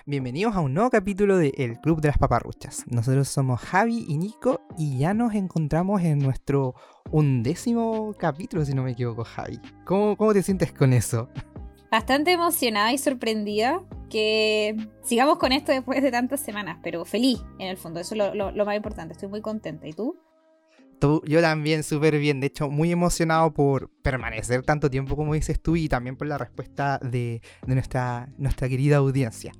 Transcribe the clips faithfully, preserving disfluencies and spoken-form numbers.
Bienvenidos a un nuevo capítulo de El Club de las Paparruchas. Nosotros somos Javi y Nico y ya nos encontramos en nuestro undécimo capítulo, si no me equivoco, Javi. ¿Cómo, cómo te sientes con eso? Bastante emocionada y sorprendida que sigamos con esto después de tantas semanas, pero feliz en el fondo, eso es lo, lo, lo más importante, estoy muy contenta. ¿Y tú? Tú, yo también súper bien, de hecho muy emocionado por permanecer tanto tiempo como dices tú y también por la respuesta de, de nuestra, nuestra querida audiencia.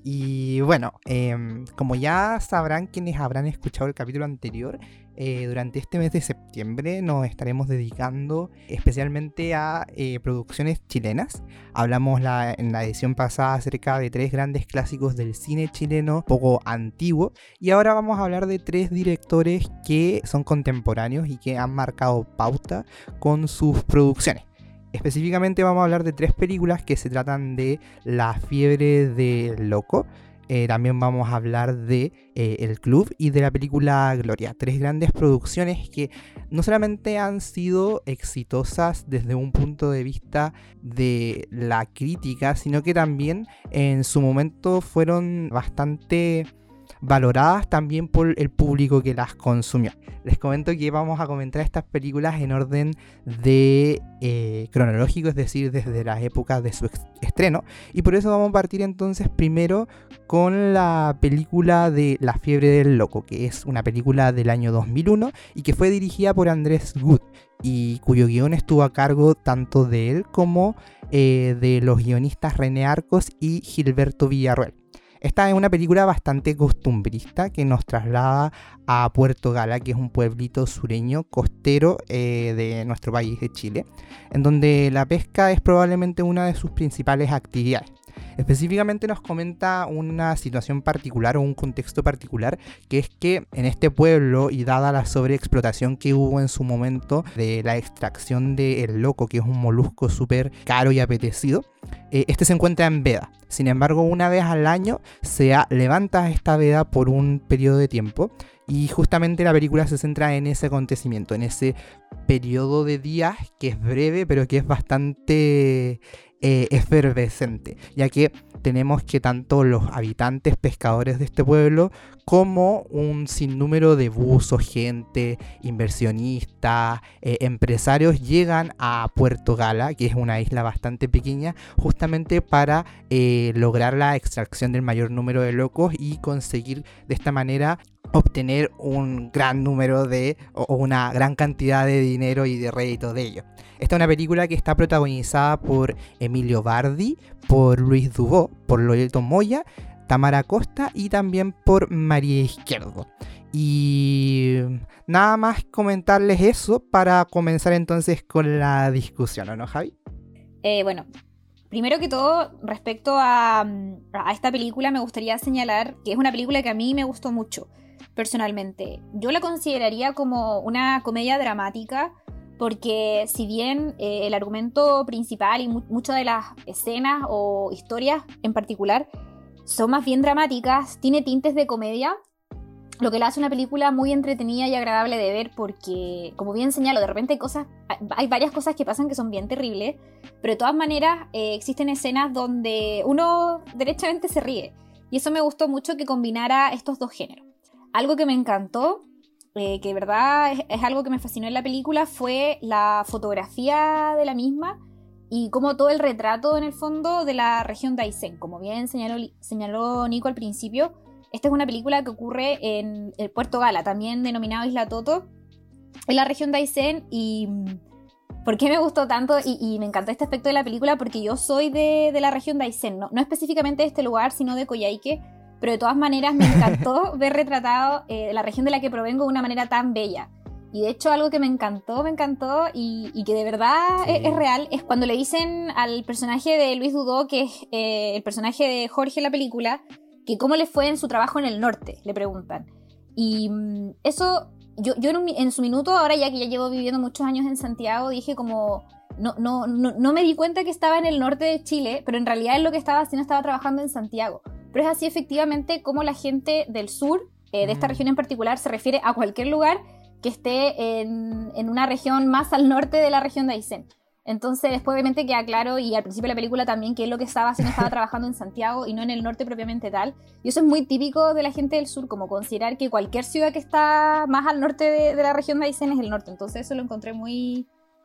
Y bueno, eh, como ya sabrán quienes habrán escuchado el capítulo anterior, eh, durante este mes de septiembre nos estaremos dedicando especialmente a eh, producciones chilenas. Hablamos la, en la edición pasada acerca de tres grandes clásicos del cine chileno poco antiguo y ahora vamos a hablar de tres directores que son contemporáneos y que han marcado pauta con sus producciones. Específicamente vamos a hablar de tres películas que se tratan de La fiebre del loco. Eh, también vamos a hablar de eh, El Club y de la película Gloria. Tres grandes producciones que no solamente han sido exitosas desde un punto de vista de la crítica, sino que también en su momento fueron bastante valoradas también por el público que las consumió. Les comento que vamos a comentar estas películas en orden de eh, cronológico, es decir, desde las épocas de su ex- estreno, y por eso vamos a partir entonces primero con la película de La fiebre del loco, que es una película del año dos mil uno y que fue dirigida por Andrés Wood y cuyo guión estuvo a cargo tanto de él como eh, de los guionistas René Arcos y Gilberto Villarroel. Esta es una película bastante costumbrista que nos traslada a Puerto Gala, que es un pueblito sureño costero eh, de nuestro país, de Chile, en donde la pesca es probablemente una de sus principales actividades. Específicamente nos comenta una situación particular o un contexto particular, que es que en este pueblo, y dada la sobreexplotación que hubo en su momento de la extracción del loco, que es un molusco súper caro y apetecido, eh, este se encuentra en veda. Sin embargo, una vez al año se levanta esta veda por un periodo de tiempo y justamente la película se centra en ese acontecimiento, en ese periodo de días que es breve pero que es bastante eh, efervescente, ya que tenemos que tanto los habitantes pescadores de este pueblo como un sinnúmero de buzos, gente, inversionistas, eh, empresarios llegan a Puerto Gala, que es una isla bastante pequeña, justamente para eh, lograr la extracción del mayor número de locos y conseguir de esta manera obtener un gran número de o una gran cantidad de dinero y de rédito de ello. Esta es una película que está protagonizada por Emilio Bardi, por Luis Dubó, por Loreto Moya, Tamara Costa y también por María Izquierdo. Y nada más comentarles eso para comenzar entonces con la discusión, ¿o no, Javi? Eh, bueno, primero que todo, respecto a, a esta película, me gustaría señalar que es una película que a mí me gustó mucho, personalmente. Yo la consideraría como una comedia dramática, porque si bien eh, el argumento principal y mu- muchas de las escenas o historias en particular son más bien dramáticas, tiene tintes de comedia, lo que la hace una película muy entretenida y agradable de ver porque, como bien señalo, de repente hay cosas, hay varias cosas que pasan que son bien terribles, pero de todas maneras eh, existen escenas donde uno derechamente se ríe, y eso me gustó mucho, que combinara estos dos géneros. Algo que me encantó, eh, que de verdad es, es algo que me fascinó en la película, fue la fotografía de la misma y como todo el retrato en el fondo de la región de Aysén. Como bien señaló, señaló Nico al principio, esta es una película que ocurre en el Puerto Gala, también denominado Isla Toto, en la región de Aysén. Y ¿por qué me gustó tanto y, y me encantó este aspecto de la película? Porque yo soy de, de la región de Aysén, no, no específicamente de este lugar, sino de Coyhaique, pero de todas maneras me encantó ver retratado eh, la región de la que provengo de una manera tan bella. Y de hecho algo que me encantó, me encantó y, y que de verdad sí. es, es real, es cuando le dicen al personaje de Luis Dubó, que es eh, el personaje de Jorge en la película, que cómo le fue en su trabajo en el norte, le preguntan. Y mmm, eso, yo, yo en, un, en su minuto, ahora ya que ya llevo viviendo muchos años en Santiago, dije como, no, no, no, no me di cuenta que estaba en el norte de Chile, pero en realidad es lo que estaba haciendo, estaba trabajando en Santiago. Pero es así efectivamente como la gente del sur, eh, de esta región en particular, se refiere a cualquier lugar que esté en, en una región más al norte de la región de Aysén. Entonces después obviamente queda claro, y al principio de la película también, que él lo que estaba haciendo estaba trabajando en Santiago y no en el norte propiamente tal. Y eso es muy típico de la gente del sur, como considerar que cualquier ciudad que está más al norte de, de la región de Aysén es el norte. Entonces eso lo encontré muy,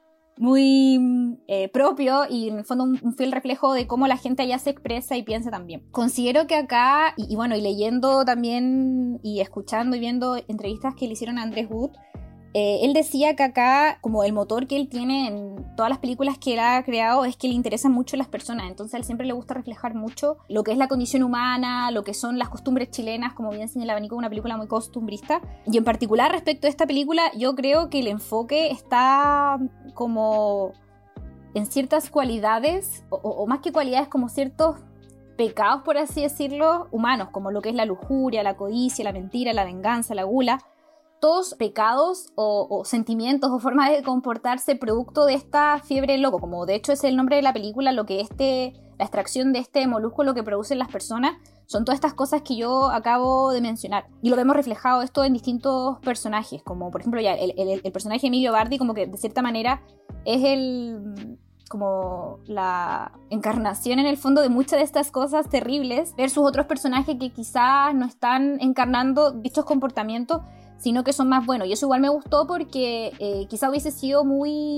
muy eh, propio y en el fondo un, un fiel reflejo de cómo la gente allá se expresa y piensa también. Considero que acá, y, y bueno, y leyendo también y escuchando y viendo entrevistas que le hicieron a Andrés Wood, Eh, él decía que acá, como el motor que él tiene en todas las películas que él ha creado, es que le interesan mucho las personas. Entonces a él siempre le gusta reflejar mucho lo que es la condición humana, lo que son las costumbres chilenas, como bien señala Nico, una película muy costumbrista. Y en particular respecto a esta película, yo creo que el enfoque está como en ciertas cualidades, o, o más que cualidades, como ciertos pecados, por así decirlo, humanos, como lo que es la lujuria, la codicia, la mentira, la venganza, la gula. Todos pecados o, o sentimientos o formas de comportarse producto de esta fiebre del loco, como de hecho es el nombre de la película, lo que este, la extracción de este molusco, lo que producen las personas, son todas estas cosas que yo acabo de mencionar. Y lo vemos reflejado esto en distintos personajes, como por ejemplo ya el, el, el personaje de Emilio Bardi, como que de cierta manera es el... como la encarnación en el fondo de muchas de estas cosas terribles, versus otros personajes que quizás no están encarnando dichos comportamientos, sino que son más buenos. Y eso igual me gustó porque eh, quizá hubiese sido muy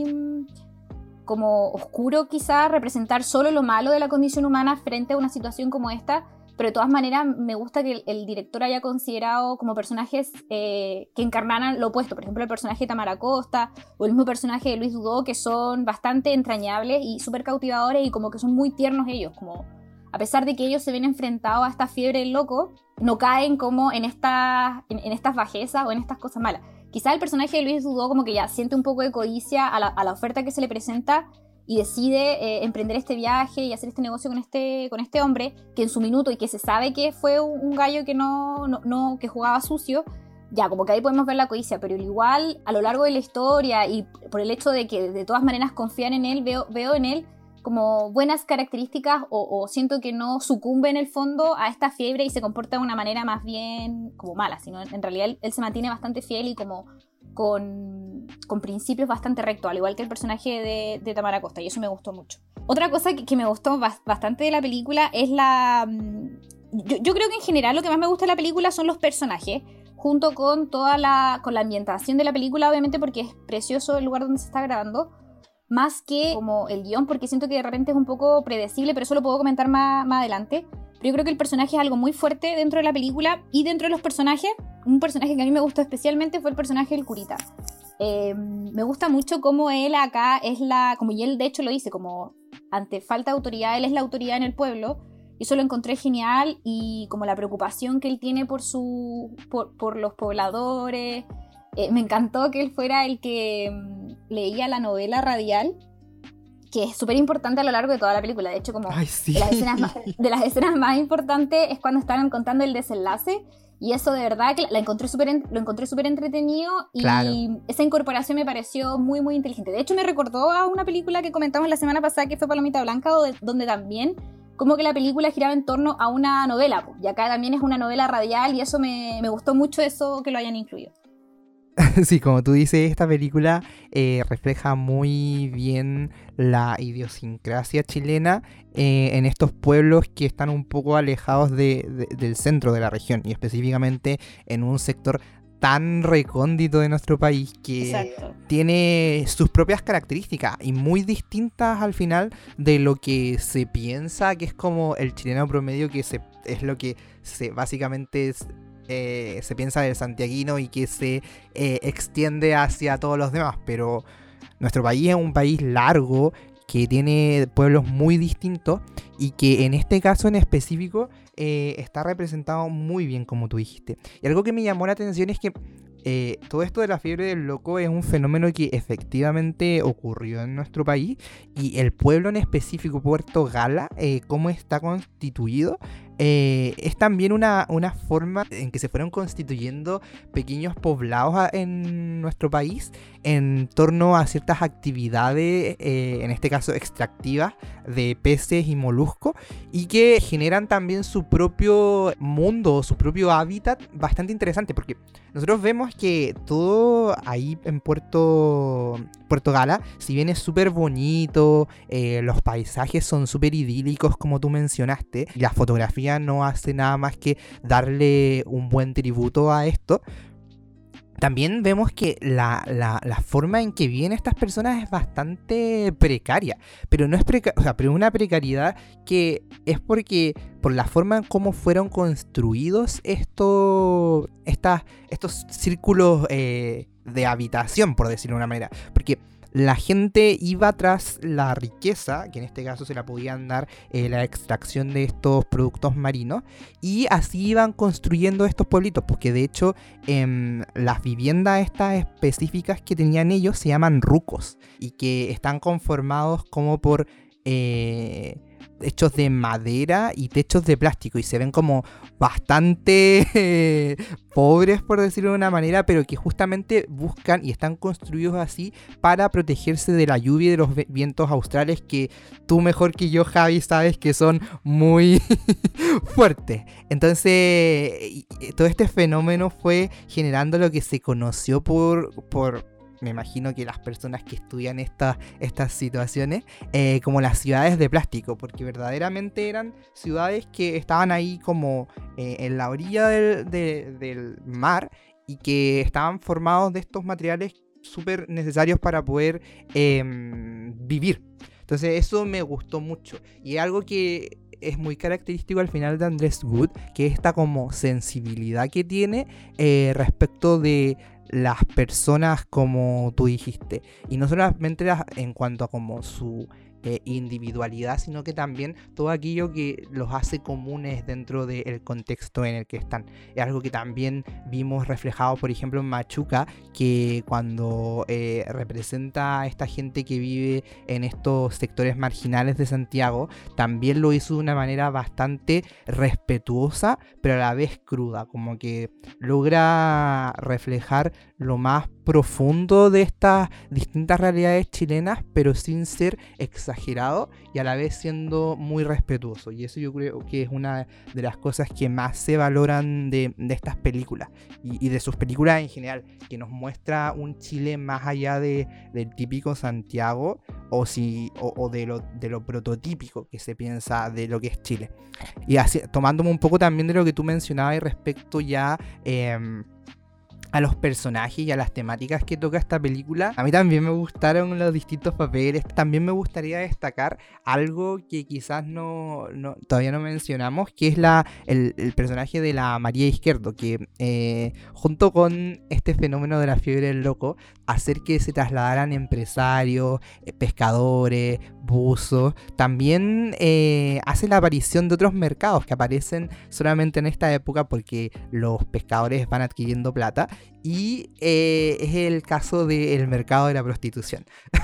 como oscuro quizá representar solo lo malo de la condición humana frente a una situación como esta, pero de todas maneras me gusta que el, el director haya considerado como personajes eh, que encarnaran lo opuesto. Por ejemplo, el personaje de Tamara Costa o el mismo personaje de Luis Dudó, que son bastante entrañables y súper cautivadores y como que son muy tiernos ellos, como a pesar de que ellos se ven enfrentados a esta fiebre del loco, no caen como en estas, en, en estas bajezas o en estas cosas malas. Quizá el personaje de Luis Dudó como que ya siente un poco de codicia a la, a la oferta que se le presenta y decide eh, emprender este viaje y hacer este negocio con este, con este hombre, que en su minuto, y que se sabe que fue un, un gallo que no, no, no, que jugaba sucio, ya, como que ahí podemos ver la codicia, pero igual a lo largo de la historia y por el hecho de que de todas maneras confían en él, veo, veo en él como buenas características o, o siento que no sucumbe en el fondo a esta fiebre y se comporta de una manera más bien como mala, sino en realidad él, él se mantiene bastante fiel y como con, con principios bastante rectos, al igual que el personaje de, de Tamara Costa, y eso me gustó mucho. Otra cosa que, que me gustó bastante de la película es la... Yo, yo creo que en general lo que más me gusta de la película son los personajes, junto con toda la, con la ambientación de la película, obviamente porque es precioso el lugar donde se está grabando, más que como el guión, porque siento que de repente es un poco predecible, pero eso lo puedo comentar más, más adelante. Pero yo creo que el personaje es algo muy fuerte dentro de la película, y dentro de los personajes, un personaje que a mí me gustó especialmente fue el personaje del curita. Eh, me gusta mucho cómo él acá es la, como y él de hecho lo dice, como ante falta de autoridad, él es la autoridad en el pueblo, y eso lo encontré genial, y como la preocupación que él tiene por, su, por, por los pobladores. Eh, me encantó que él fuera el que um, leía la novela radial, que es súper importante a lo largo de toda la película. De hecho, como Ay, sí. de, las escenas más, de las escenas más importantes es cuando están contando el desenlace, y eso de verdad que la, la encontré super, lo encontré súper entretenido, y claro. Esa incorporación me pareció muy muy inteligente. De hecho me recordó a una película que comentamos la semana pasada, que fue Palomita Blanca, donde, donde también como que la película giraba en torno a una novela, y acá también es una novela radial, y eso me, me gustó mucho eso que lo hayan incluido. Sí, como tú dices, esta película eh, refleja muy bien la idiosincrasia chilena eh, en estos pueblos que están un poco alejados de, de, del centro de la región, y específicamente en un sector tan recóndito de nuestro país que Exacto. Tiene sus propias características y muy distintas al final de lo que se piensa que es como el chileno promedio, que se, es lo que se básicamente es, Eh, se piensa del santiaguino y que se eh, extiende hacia todos los demás, pero nuestro país es un país largo que tiene pueblos muy distintos y que en este caso en específico eh, está representado muy bien, como tú dijiste. Y algo que me llamó la atención es que eh, todo esto de la fiebre del loco es un fenómeno que efectivamente ocurrió en nuestro país, y el pueblo en específico, Puerto Gala, eh, cómo está constituido, Eh, es también una, una forma en que se fueron constituyendo pequeños poblados a, en nuestro país en torno a ciertas actividades, eh, en este caso extractivas, de peces y moluscos, y que generan también su su propio mundo, su propio hábitat bastante interesante, porque nosotros vemos que todo ahí en Puerto, Puerto Gala, si bien es súper bonito, eh, los paisajes son súper idílicos como tú mencionaste, y la fotografía no hace nada más que darle un buen tributo a esto. También vemos que la, la, la forma en que viven estas personas es bastante precaria, pero no es preca- o sea, pero una precariedad que es porque por la forma en cómo fueron construidos estos, estas, estos círculos eh, de habitación, por decirlo de una manera, porque la gente iba tras la riqueza, que en este caso se la podían dar eh, la extracción de estos productos marinos, y así iban construyendo estos pueblitos, porque de hecho eh, las viviendas estas específicas que tenían ellos se llaman rucos, y que están conformados como por eh, hechos de madera y techos de plástico, y se ven como bastante eh, pobres, por decirlo de una manera, pero que justamente buscan y están construidos así para protegerse de la lluvia y de los vientos australes, que tú mejor que yo, Javi, sabes que son muy fuertes. Entonces todo este fenómeno fue generando lo que se conoció por... por me imagino que las personas que estudian estas, estas situaciones, eh, como las ciudades de plástico, porque verdaderamente eran ciudades que estaban ahí como eh, en la orilla del, de, del mar, y que estaban formados de estos materiales súper necesarios para poder eh, vivir. Entonces eso me gustó mucho, y algo que es muy característico al final de Andrés Wood, que es esta como sensibilidad que tiene eh, respecto de las personas, como tú dijiste, y no solamente las, en cuanto a como su eh, individualidad, sino que también todo aquello que los hace comunes dentro del contexto en el que están. Es algo que también vimos reflejado, por ejemplo, en Machuca, que cuando eh, representa a esta gente que vive en estos sectores marginales de Santiago, también lo hizo de una manera bastante respetuosa, pero a la vez cruda, como que logra reflejar lo más profundo de estas distintas realidades chilenas, pero sin ser exagerado y a la vez siendo muy respetuoso. Y eso yo creo que es una de las cosas que más se valoran de, de estas películas y, y de sus películas en general, que nos muestra un Chile más allá de, del típico Santiago o, si, o, o de, lo, de lo prototípico que se piensa de lo que es Chile. Y así, tomándome un poco también de lo que tú mencionabas respecto ya Eh, a los personajes y a las temáticas que toca esta película. A mí también me gustaron los distintos papeles. También me gustaría destacar algo que quizás no, no todavía no mencionamos, que es la, el, el personaje de la María Izquierdo, que eh, junto con este fenómeno de la fiebre del loco, hacer que se trasladaran empresarios, eh, pescadores, buzos, también eh, hace la aparición de otros mercados que aparecen solamente en esta época porque los pescadores van adquiriendo plata. Y eh, es el caso del mercado de la prostitución.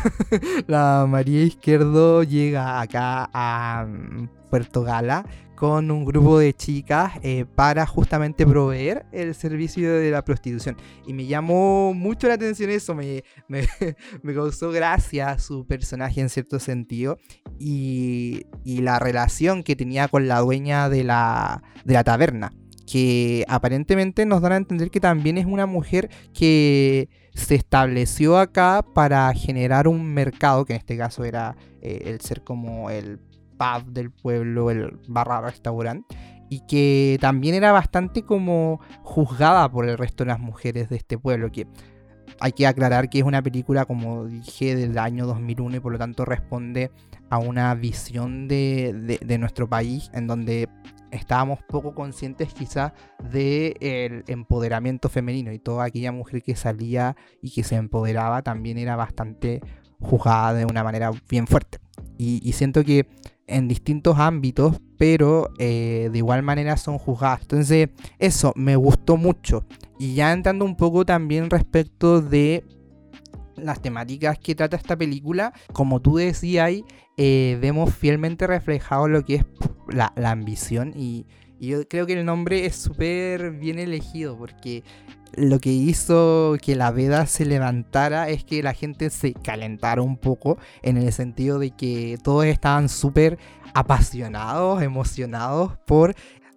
La María Izquierdo llega acá a um, Puerto Gala con un grupo de chicas eh, para justamente proveer el servicio de la prostitución. Y me llamó mucho la atención eso, me, me, me causó gracia su personaje en cierto sentido. Y, y la relación que tenía con la dueña de la, de la taberna, que aparentemente nos dan a entender que también es una mujer que se estableció acá para generar un mercado, que en este caso era eh, el ser como el pub del pueblo, el barra restaurante, y que también era bastante como juzgada por el resto de las mujeres de este pueblo, que hay que aclarar que es una película, como dije, del año dos mil uno, y por lo tanto responde a una visión de, de, de nuestro país en donde estábamos poco conscientes quizás del empoderamiento femenino, y toda aquella mujer que salía y que se empoderaba también era bastante juzgada de una manera bien fuerte. Y, y siento que en distintos ámbitos, pero eh, de igual manera son juzgadas. Entonces eso me gustó mucho. Y ya entrando un poco también respecto de las temáticas que trata esta película, como tú decías, eh, vemos fielmente reflejado lo que es la, la ambición, y, y yo creo que el nombre es súper bien elegido, porque lo que hizo que la veda se levantara es que la gente se calentara un poco, en el sentido de que todos estaban súper apasionados, emocionados por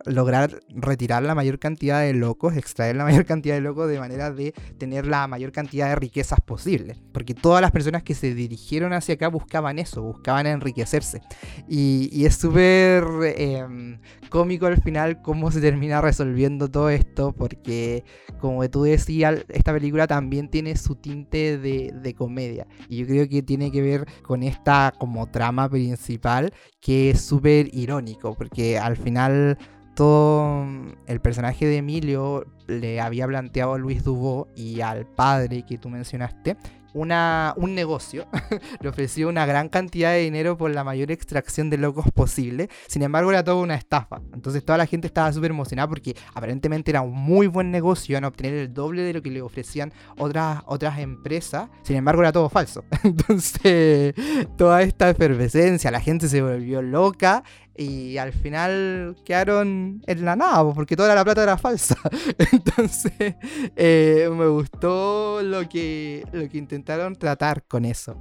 lograr retirar la mayor cantidad de locos, extraer la mayor cantidad de locos de manera de tener la mayor cantidad de riquezas posible. Porque todas las personas que se dirigieron hacia acá buscaban eso, buscaban enriquecerse. Y, y es súper eh, cómico al final cómo se termina resolviendo todo esto, porque como tú decías, esta película también tiene su tinte de, de comedia. Y yo creo que tiene que ver con esta como trama principal, que es súper irónico, porque al final todo el personaje de Emilio le había planteado a Luis Dubó y al padre que tú mencionaste una, un negocio, le ofreció una gran cantidad de dinero por la mayor extracción de locos posible. Sin embargo, era toda una estafa. Entonces toda la gente estaba súper emocionada porque aparentemente era un muy buen negocio, iban a obtener el doble de lo que le ofrecían otras, otras empresas. Sin embargo, era todo falso. Entonces toda esta efervescencia, la gente se volvió loca y al final quedaron en la nada, porque toda la plata era falsa. Entonces eh, me gustó lo que, lo que intentaron tratar con eso.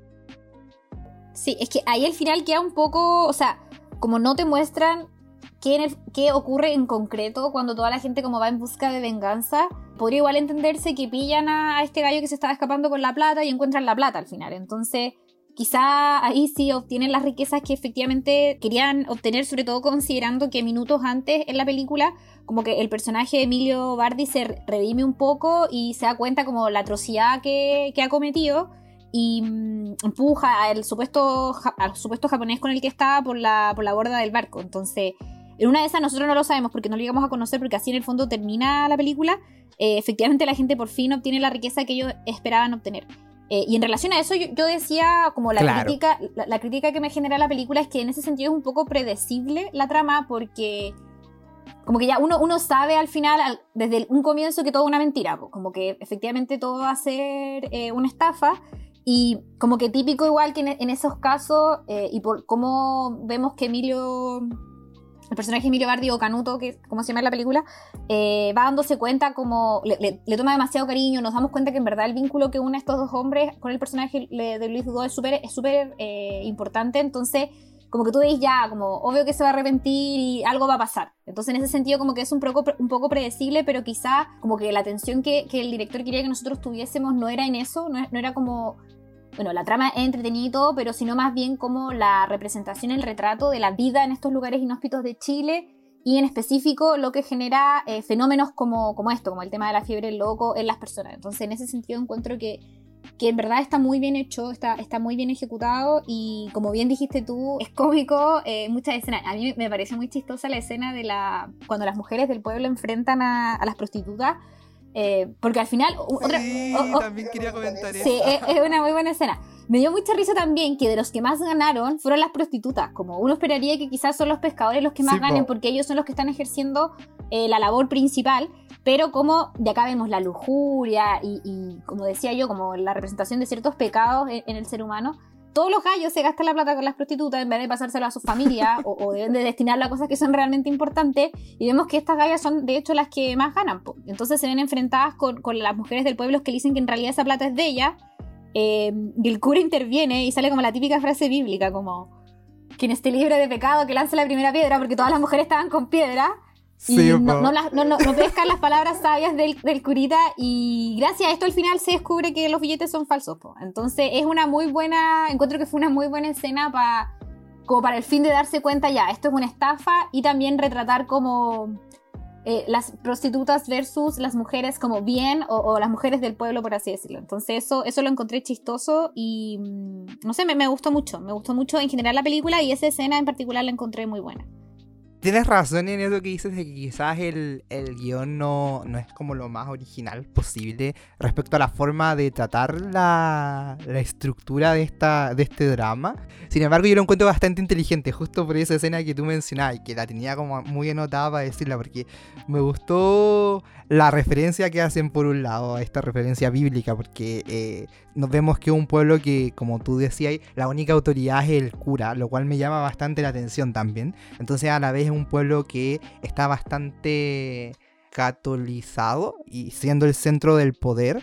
Sí, es que ahí al final queda un poco, o sea, como no te muestran qué, en el, qué ocurre en concreto cuando toda la gente como va en busca de venganza, podría igual entenderse que pillan a, a este gallo que se estaba escapando con la plata y encuentran la plata al final. Entonces quizá ahí sí obtienen las riquezas que efectivamente querían obtener, sobre todo considerando que minutos antes en la película como que el personaje de Emilio Bardi se redime un poco y se da cuenta como la atrocidad que, que ha cometido y mmm, empuja al supuesto, al supuesto japonés con el que estaba por la, por la borda del barco. Entonces, en una de esas nosotros no lo sabemos porque no lo llegamos a conocer, porque así en el fondo termina la película. Eh, efectivamente la gente por fin obtiene la riqueza que ellos esperaban obtener. Eh, y en relación a eso yo, yo decía como la, claro. crítica la, la crítica que me genera la película es que en ese sentido es un poco predecible la trama, porque como que ya uno, uno sabe al final al, desde un comienzo que todo es una mentira, como que efectivamente todo va a ser eh, una estafa. Y como que típico igual que en, en esos casos eh, y por cómo vemos que Emilio, el personaje de Emilio Bardi o Canuto, que como se llama en la película, eh, va dándose cuenta como le, le, le toma demasiado cariño. Nos damos cuenta que en verdad el vínculo que une a estos dos hombres con el personaje de Luis Dubó es súper es súper eh, importante. Entonces como que tú veis ya como obvio que se va a arrepentir y algo va a pasar. Entonces en ese sentido como que es un poco, un poco predecible, pero quizá como que la atención que, que el director quería que nosotros tuviésemos no era en eso, no, no era como... Bueno, la trama es entretenida y todo, pero sino más bien como la representación, el retrato de la vida en estos lugares inhóspitos de Chile y en específico lo que genera eh, fenómenos como, como esto, como el tema de la fiebre del loco en las personas. Entonces en ese sentido encuentro que, que en verdad está muy bien hecho, está, está muy bien ejecutado y como bien dijiste tú, es cómico, eh, muchas escenas. A mí me parece muy chistosa la escena de la cuando las mujeres del pueblo enfrentan a, a las prostitutas. Eh, porque al final otra, sí, oh, oh, también quería comentar sí, eso. es, es una muy buena escena. Me dio mucha risa también que de los que más ganaron fueron las prostitutas. Como uno esperaría que quizás son los pescadores los que más sí, ganen, po. Porque ellos son los que están ejerciendo eh, la labor principal. Pero como de acá vemos la lujuria y, y como decía yo, como la representación de ciertos pecados en, en el ser humano. Todos los gallos se gastan la plata con las prostitutas en vez de pasárselo a sus familias o, o deben de destinarlo a cosas que son realmente importantes, y vemos que estas gallas son de hecho las que más ganan, po. Entonces se ven enfrentadas con, con las mujeres del pueblo que le dicen que en realidad esa plata es de ellas, eh, y el cura interviene y sale como la típica frase bíblica como quien esté libre de pecado que lance la primera piedra, porque todas las mujeres estaban con piedra. Y sí, no, no, las, no, no, no pescan las palabras sabias del, del curita, y gracias a esto al final se descubre que los billetes son falsos, po. Entonces es una muy buena, encuentro que fue una muy buena escena pa, como para el fin de darse cuenta ya, esto es una estafa, y también retratar como eh, las prostitutas versus las mujeres como bien, o, o las mujeres del pueblo, por así decirlo. Entonces eso, eso lo encontré chistoso y no sé, me, me gustó mucho, me gustó mucho en general la película, y esa escena en particular la encontré muy buena. Tienes razón en eso que dices de que quizás el, el guión no, no es como lo más original posible respecto a la forma de tratar la, la estructura de, esta, de este drama. Sin embargo, yo lo encuentro bastante inteligente, justo por esa escena que tú mencionabas y que la tenía como muy anotada para decirla, porque me gustó la referencia que hacen por un lado, esta referencia bíblica, porque eh, nos vemos que es un pueblo que, como tú decías, la única autoridad es el cura, lo cual me llama bastante la atención también. Entonces a la vez es un pueblo que está bastante catolizado y siendo el centro del poder.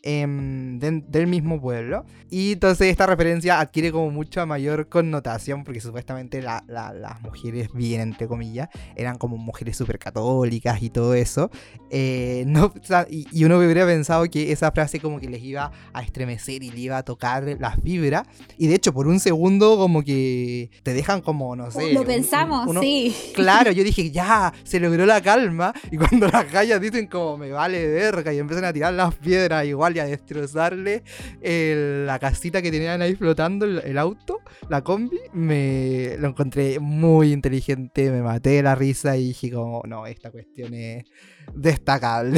eh, de, del mismo pueblo. Y entonces esta referencia adquiere como mucha mayor connotación porque supuestamente la, la, las mujeres, bien entre comillas, eran como mujeres súper católicas y todo eso. Eh, no, o sea, y, y uno hubiera pensado que esa frase como que les iba a estremecer y le iba a tocar las vibras. Y de hecho por un segundo como que te dejan como, no sé... Lo pensamos, uno, sí. Claro, yo dije, ya, se logró la calma. Y cuando las gallas dicen como, me vale verga, y empiezan a tirar las piedras igual y a destrozarle el, la casita que tenían ahí flotando, el, el auto, la combi, me lo encontré muy inteligente, me maté de la risa y dije como, no, esta cuestión es destacable.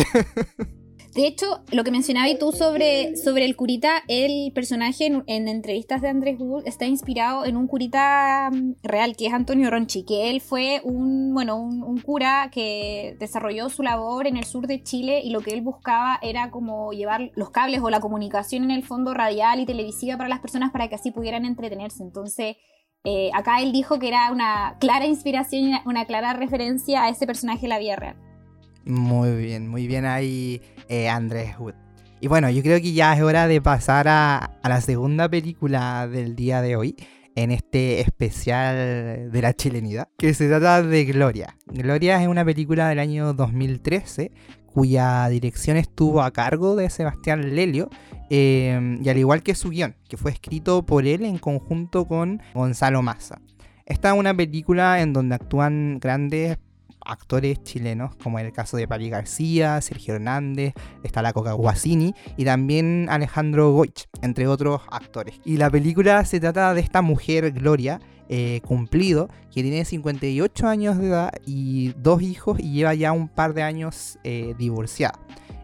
De hecho, lo que mencionabas tú sobre, sobre el curita, el personaje en, en entrevistas de Andrés Wood está inspirado en un curita real, que es Antonio Ronchi, que él fue un, bueno, un, un cura que desarrolló su labor en el sur de Chile y lo que él buscaba era como llevar los cables o la comunicación en el fondo radial y televisiva para las personas para que así pudieran entretenerse. Entonces, eh, acá él dijo que era una clara inspiración y una, una clara referencia a ese personaje de la vida real. Muy bien, muy bien ahí, eh, Andrés Wood. Y bueno, yo creo que ya es hora de pasar a, a la segunda película del día de hoy, en este especial de la chilenidad, que se trata de Gloria. Gloria es una película del año dos mil trece, cuya dirección estuvo a cargo de Sebastián Lelio, eh, y al igual que su guión, que fue escrito por él en conjunto con Gonzalo Massa. Esta es una película en donde actúan grandes actores chilenos, como en el caso de Pali García, Sergio Hernández, está la Coca Guasini y también Alejandro Goich, entre otros actores. Y la película se trata de esta mujer, Gloria, eh, cumplido, que tiene cincuenta y ocho años de edad y dos hijos y lleva ya un par de años eh, divorciada.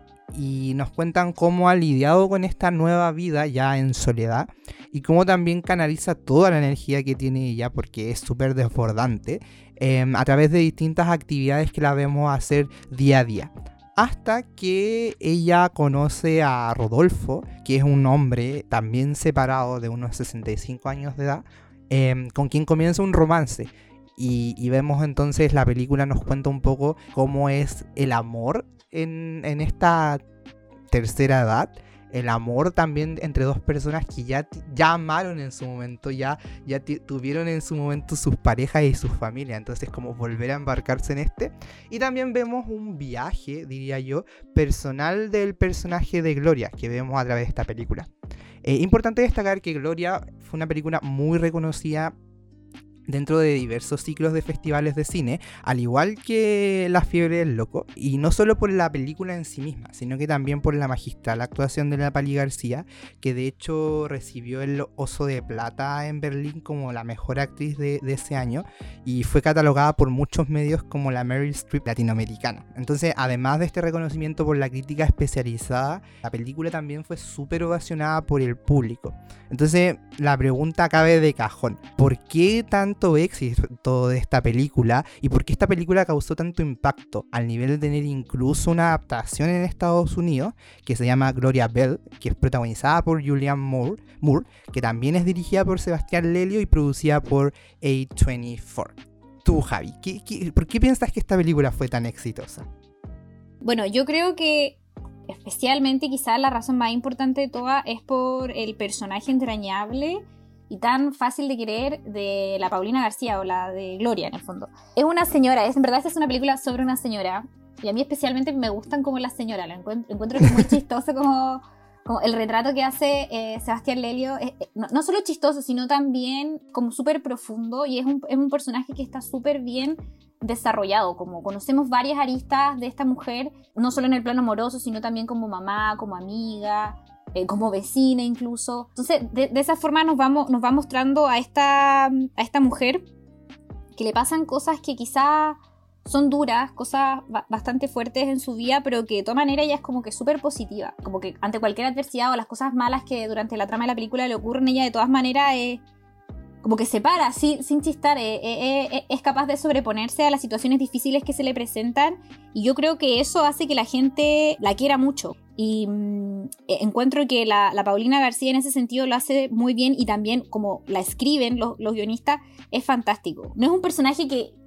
Y nos cuentan cómo ha lidiado con esta nueva vida ya en soledad y cómo también canaliza toda la energía que tiene ella, porque es súper desbordante, eh, a través de distintas actividades que la vemos hacer día a día. Hasta que ella conoce a Rodolfo, que es un hombre también separado de unos sesenta y cinco años de edad, eh, con quien comienza un romance. Y, y vemos entonces, la película nos cuenta un poco cómo es el amor en, en esta tercera edad, el amor también entre dos personas que ya, ya amaron en su momento, ya, ya t- tuvieron en su momento sus parejas y sus familias, entonces como volver a embarcarse en este. Y también vemos un viaje, diría yo, personal del personaje de Gloria que vemos a través de esta película. Eh, importante destacar que Gloria fue una película muy reconocida dentro de diversos ciclos de festivales de cine, al igual que La fiebre del loco, y no solo por la película en sí misma, sino que también por la magistral actuación de la Pali García, que de hecho recibió el Oso de Plata en Berlín como la mejor actriz de, de ese año, y fue catalogada por muchos medios como la Meryl Streep latinoamericana. Entonces, además de este reconocimiento por la crítica especializada, la película también fue súper ovacionada por el público. Entonces, la pregunta cabe de cajón: ¿por qué tan tanto éxito de esta película y por qué esta película causó tanto impacto al nivel de tener incluso una adaptación en Estados Unidos que se llama Gloria Bell, que es protagonizada por Julianne Moore, Moore que también es dirigida por Sebastián Lelio y producida por A veinticuatro? Tú, Javi, ¿qué, qué, ¿por qué piensas que esta película fue tan exitosa? Bueno, yo creo que especialmente quizás la razón más importante de todas es por el personaje entrañable y tan fácil de querer de la Paulina García, o la de Gloria en el fondo. Es una señora, es, en verdad es una película sobre una señora, y a mí especialmente me gustan como las señoras, lo encuentro, encuentro que es muy chistoso como, como el retrato que hace eh, Sebastián Lelio, es, no, no solo chistoso, sino también como súper profundo, y es un, es un personaje que está súper bien desarrollado, como conocemos varias aristas de esta mujer, no solo en el plano amoroso, sino también como mamá, como amiga, Eh, como vecina incluso. Entonces de, de esa forma nos, vamos, nos va mostrando a esta, a esta mujer que le pasan cosas que quizá son duras, cosas ba- bastante fuertes en su vida, pero que de todas maneras ella es como que súper positiva, como que ante cualquier adversidad o las cosas malas que durante la trama de la película le ocurren, ella de todas maneras es como que se para sin, sin chistar, eh, eh, eh, es capaz de sobreponerse a las situaciones difíciles que se le presentan, y yo creo que eso hace que la gente la quiera mucho. Y mmm, encuentro que la, la Paulina García en ese sentido lo hace muy bien, y también como la escriben los, los guionistas es fantástico. No es un personaje que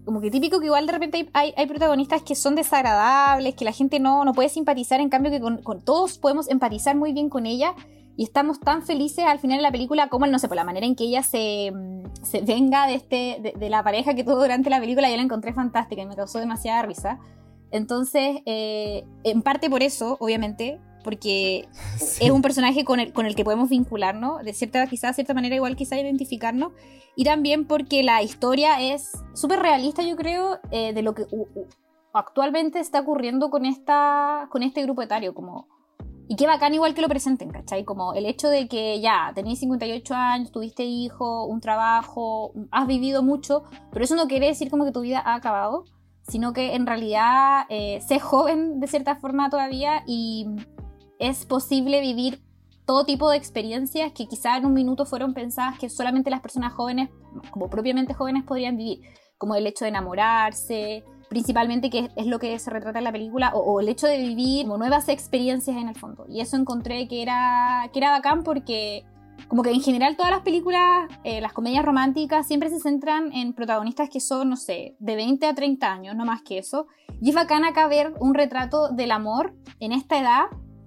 como que típico que igual de repente hay, hay, hay protagonistas que son desagradables, que la gente no, no puede simpatizar, en cambio que con, con todos podemos empatizar muy bien con ella y estamos tan felices al final de la película como, no sé, por la manera en que ella se, se venga de, este, de, de la pareja que tuvo durante la película. Yo la encontré fantástica y me causó demasiada risa. Entonces, eh, en parte por eso, obviamente, porque sí. Es un personaje con el, con el que podemos vincularnos, de cierta, quizás de cierta manera igual quizás identificarnos, y también porque la historia es súper realista, yo creo, eh, de lo que uh, uh, actualmente está ocurriendo con, esta, con este grupo etario, como, y qué bacán igual que lo presenten, ¿cachai? Como el hecho de que ya, tenés cincuenta y ocho años, tuviste hijo, un trabajo, has vivido mucho, pero eso no quiere decir como que tu vida ha acabado, sino que en realidad eh, sé joven de cierta forma todavía y es posible vivir todo tipo de experiencias que quizá en un minuto fueron pensadas que solamente las personas jóvenes, como propiamente jóvenes, podrían vivir, como el hecho de enamorarse, principalmente, que es lo que se retrata en la película, o, o el hecho de vivir como nuevas experiencias en el fondo. Y eso encontré que era, que era bacán porque como que en general todas las películas, eh, las comedias románticas siempre se centran en protagonistas que son, no sé, de veinte a treinta años, no más que eso. Y es bacán acá ver un retrato del amor en esta edad.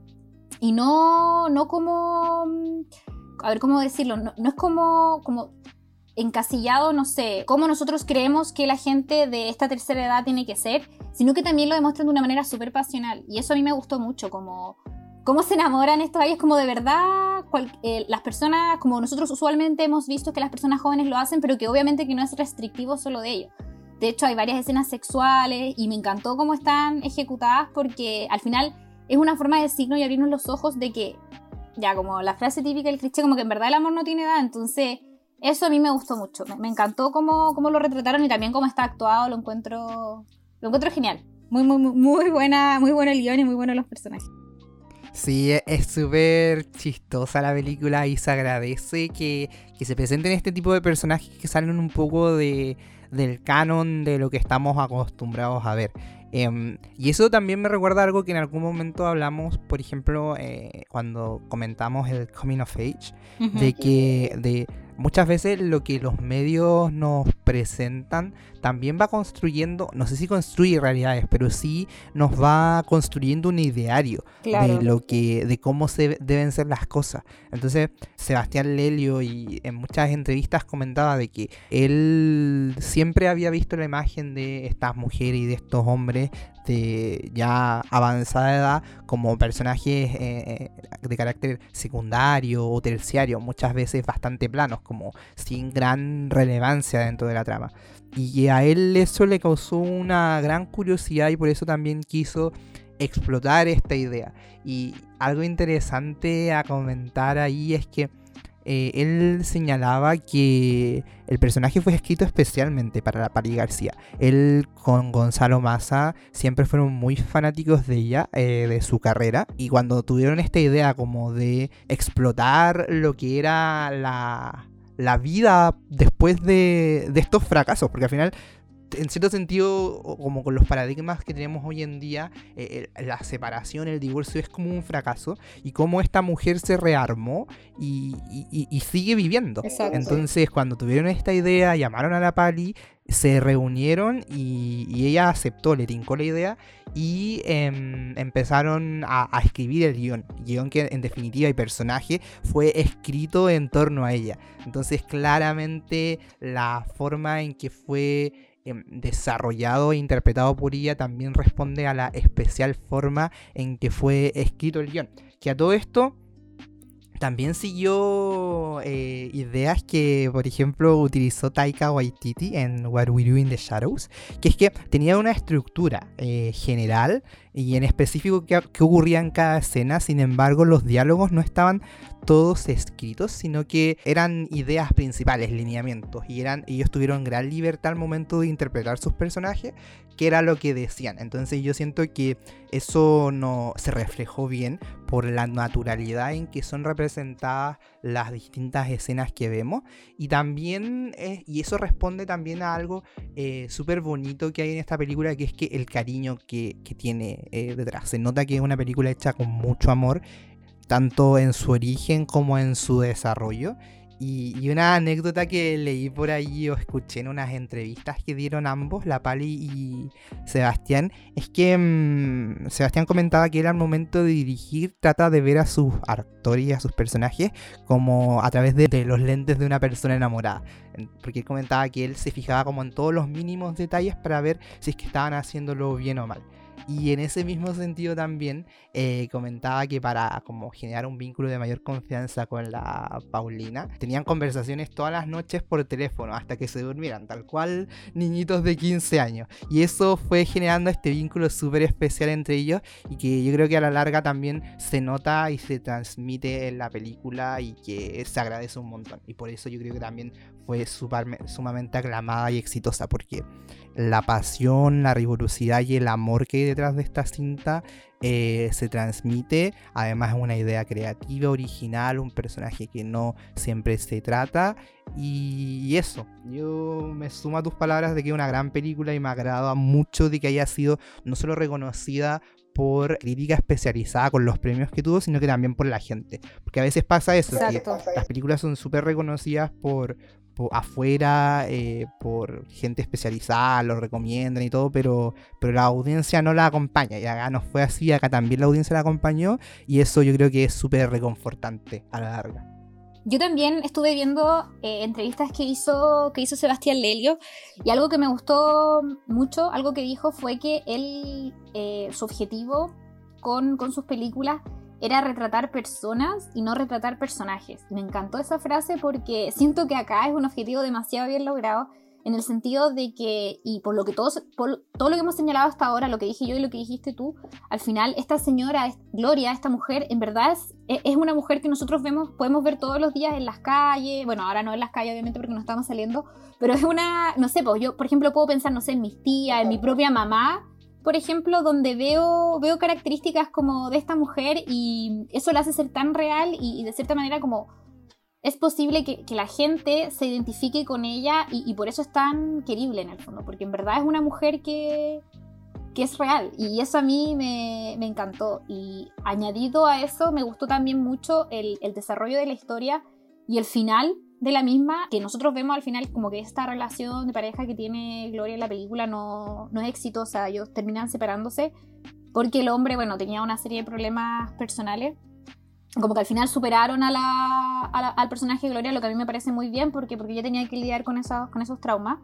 Y no, no como, a ver cómo decirlo, no, no es como, como encasillado, no sé, como nosotros creemos que la gente de esta tercera edad tiene que ser, sino que también lo demuestran de una manera súper pasional. Y eso a mí me gustó mucho, como cómo se enamoran estos gallos, como de verdad, cual, eh, las personas, como nosotros usualmente hemos visto que las personas jóvenes lo hacen, pero que obviamente que no es restrictivo solo de ellos. De hecho, hay varias escenas sexuales y me encantó cómo están ejecutadas porque al final es una forma de decirnos y abrirnos los ojos de que, ya como la frase típica del cliché, como que en verdad el amor no tiene edad. Entonces, eso a mí me gustó mucho. Me, me encantó cómo, cómo lo retrataron y también cómo está actuado. Lo encuentro, lo encuentro genial. Muy, muy, muy buena, muy bueno el guión y muy buenos los personajes. Sí, es súper chistosa la película y se agradece que, que se presenten este tipo de personajes que salen un poco de, del canon de lo que estamos acostumbrados a ver. Um, y eso también me recuerda algo que en algún momento hablamos, por ejemplo, eh, cuando comentamos el Coming of Age, uh-huh. de que de muchas veces lo que los medios nos presentan también va construyendo, no sé si construye realidades, pero sí nos va construyendo un ideario claro. de lo que, de cómo se deben ser las cosas. Entonces, Sebastián Lelio y en muchas entrevistas comentaba de que él siempre había visto la imagen de estas mujeres y de estos hombres de ya avanzada edad como personajes eh, de carácter secundario o terciario, muchas veces bastante planos, como sin gran relevancia dentro de la trama. Y a él eso le causó una gran curiosidad y por eso también quiso explotar esta idea. Y algo interesante a comentar ahí es que eh, él señalaba que el personaje fue escrito especialmente para la Pali García. Él con Gonzalo Maza siempre fueron muy fanáticos de ella, eh, de su carrera, y cuando tuvieron esta idea como de explotar lo que era la, la vida después de, de estos fracasos, porque al final, en cierto sentido, como con los paradigmas que tenemos hoy en día, eh, la separación, el divorcio es como un fracaso, y cómo esta mujer se rearmó y, y, y sigue viviendo. Exacto. Entonces, cuando tuvieron esta idea, llamaron a la Pali, se reunieron y, y ella aceptó, le tincó la idea y eh, empezaron a, a escribir el guión, guión que en definitiva y personaje fue escrito en torno a ella. Entonces, claramente la forma en que fue desarrollado e interpretado por ella también responde a la especial forma en que fue escrito el guión, que a todo esto también siguió eh, ideas que, por ejemplo, utilizó Taika Waititi en What We Do in the Shadows, que es que tenía una estructura eh, general y en específico qué, qué ocurría en cada escena. Sin embargo, los diálogos no estaban todos escritos, sino que eran ideas principales, lineamientos, y eran ellos tuvieron gran libertad al momento de interpretar sus personajes, que era lo que decían. Entonces yo siento que eso no se reflejó bien por la naturalidad en que son representadas las distintas escenas que vemos, y también es, y eso responde también a algo eh, súper bonito que hay en esta película, que es que el cariño que, que tiene eh, detrás. Se nota que es una película hecha con mucho amor, tanto en su origen como en su desarrollo, Y, y una anécdota que leí por ahí o escuché en unas entrevistas que dieron ambos, la Pali y Sebastián, es que mmm, Sebastián comentaba que él al momento de dirigir trata de ver a sus actores y a sus personajes como a través de, de los lentes de una persona enamorada. Porque él comentaba que él se fijaba como en todos los mínimos detalles para ver si es que estaban haciéndolo bien o mal. Y en ese mismo sentido también eh, comentaba que para como generar un vínculo de mayor confianza con la Paulina, tenían conversaciones todas las noches por teléfono hasta que se durmieran, tal cual niñitos de quince años. Y eso fue generando este vínculo súper especial entre ellos y que yo creo que a la larga también se nota y se transmite en la película y que se agradece un montón. Y por eso yo creo que también fue super, sumamente aclamada y exitosa, porque la pasión, la rigurosidad y el amor que hay detrás de esta cinta eh, se transmite. Además es una idea creativa, original, un personaje que no siempre se trata. Y eso, yo me sumo a tus palabras de que es una gran película y me agrada mucho de que haya sido no solo reconocida por crítica especializada con los premios que tuvo, sino que también por la gente. Porque a veces pasa eso, que las películas son súper reconocidas por... Por afuera, eh, por gente especializada, lo recomiendan y todo, pero, pero la audiencia no la acompaña, y acá no fue así, acá también la audiencia la acompañó, y eso yo creo que es súper reconfortante a la larga. Yo también estuve viendo eh, entrevistas que hizo, que hizo Sebastián Lelio, y algo que me gustó mucho, algo que dijo fue que él, eh, su objetivo con, con sus películas era retratar personas y no retratar personajes. Me encantó esa frase porque siento que acá es un objetivo demasiado bien logrado, en el sentido de que, y por lo que todos, por todo lo que hemos señalado hasta ahora, lo que dije yo y lo que dijiste tú, al final esta señora, Gloria, esta mujer, en verdad es, es una mujer que nosotros vemos, podemos ver todos los días en las calles, bueno, ahora no en las calles obviamente porque no estamos saliendo, pero es una, no sé, pues yo por ejemplo puedo pensar, no sé, en mis tías, en mi propia mamá, por ejemplo, donde veo, veo características como de esta mujer y eso la hace ser tan real y, y de cierta manera como es posible que, que la gente se identifique con ella y, y por eso es tan querible en el fondo, porque en verdad es una mujer que, que es real y eso a mí me, me encantó. Y añadido a eso me gustó también mucho el, el desarrollo de la historia y el final de la misma, que nosotros vemos al final como que esta relación de pareja que tiene Gloria en la película no, no es exitosa, ellos terminan separándose porque el hombre, bueno, tenía una serie de problemas personales, como que al final superaron a la, a la, al personaje de Gloria, lo que a mí me parece muy bien porque, porque ella tenía que lidiar con esos, con esos traumas.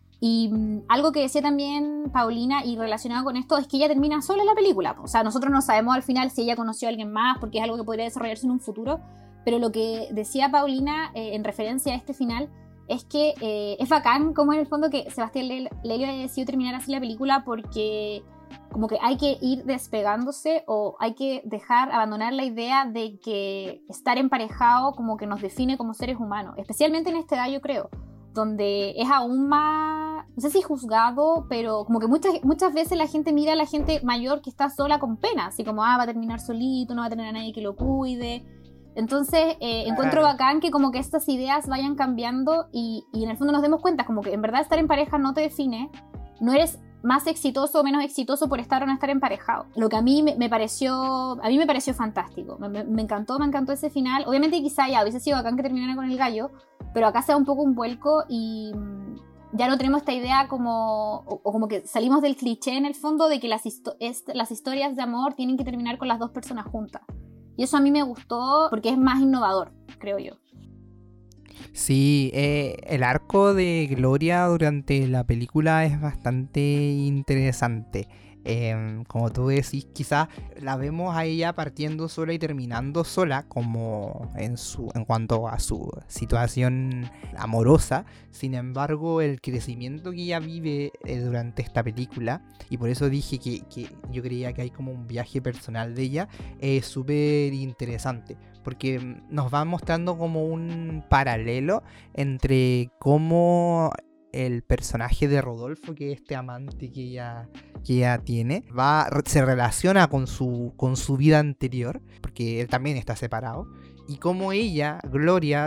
Y um, algo que decía también Paulina y relacionado con esto es que ella termina sola en la película, o sea, nosotros no sabemos al final si ella conoció a alguien más porque es algo que podría desarrollarse en un futuro. Pero lo que decía Paulina eh, en referencia a este final es que eh, es bacán como en el fondo que Sebastián Lelio haya decidido terminar así la película porque como que hay que ir despegándose o hay que dejar, abandonar la idea de que estar emparejado como que nos define como seres humanos, especialmente en esta edad yo creo, donde es aún más, no sé si juzgado, pero como que muchas, muchas veces la gente mira a la gente mayor que está sola con pena, así como, ah, va a terminar solito, no va a tener a nadie que lo cuide. Entonces eh, encuentro Claro. bacán que como que estas ideas vayan cambiando y, y en el fondo nos demos cuenta como que en verdad estar en pareja no te define, no eres más exitoso o menos exitoso por estar o no estar emparejado. Lo que a mí me, me pareció a mí me pareció fantástico, me, me, me encantó, me encantó ese final. Obviamente quizá ya hubiese sido bacán que terminara con el gallo, pero acá se da un poco un vuelco y ya no tenemos esta idea como o, o como que salimos del cliché en el fondo de que las, histo- est- las historias de amor tienen que terminar con las dos personas juntas. Y eso a mí me gustó porque es más innovador, creo yo. Sí, eh, el arco de Gloria durante la película es bastante interesante. Eh, como tú decís, quizás la vemos a ella partiendo sola y terminando sola, como en su en cuanto a su situación amorosa. Sin embargo, el crecimiento que ella vive eh, durante esta película, y por eso dije que, que yo creía que hay como un viaje personal de ella, es súper interesante, porque nos va mostrando como un paralelo entre cómo el personaje de Rodolfo, que es este amante que ella, que ella tiene, va, se relaciona con su, con su vida anterior, porque él también está separado, y cómo ella, Gloria,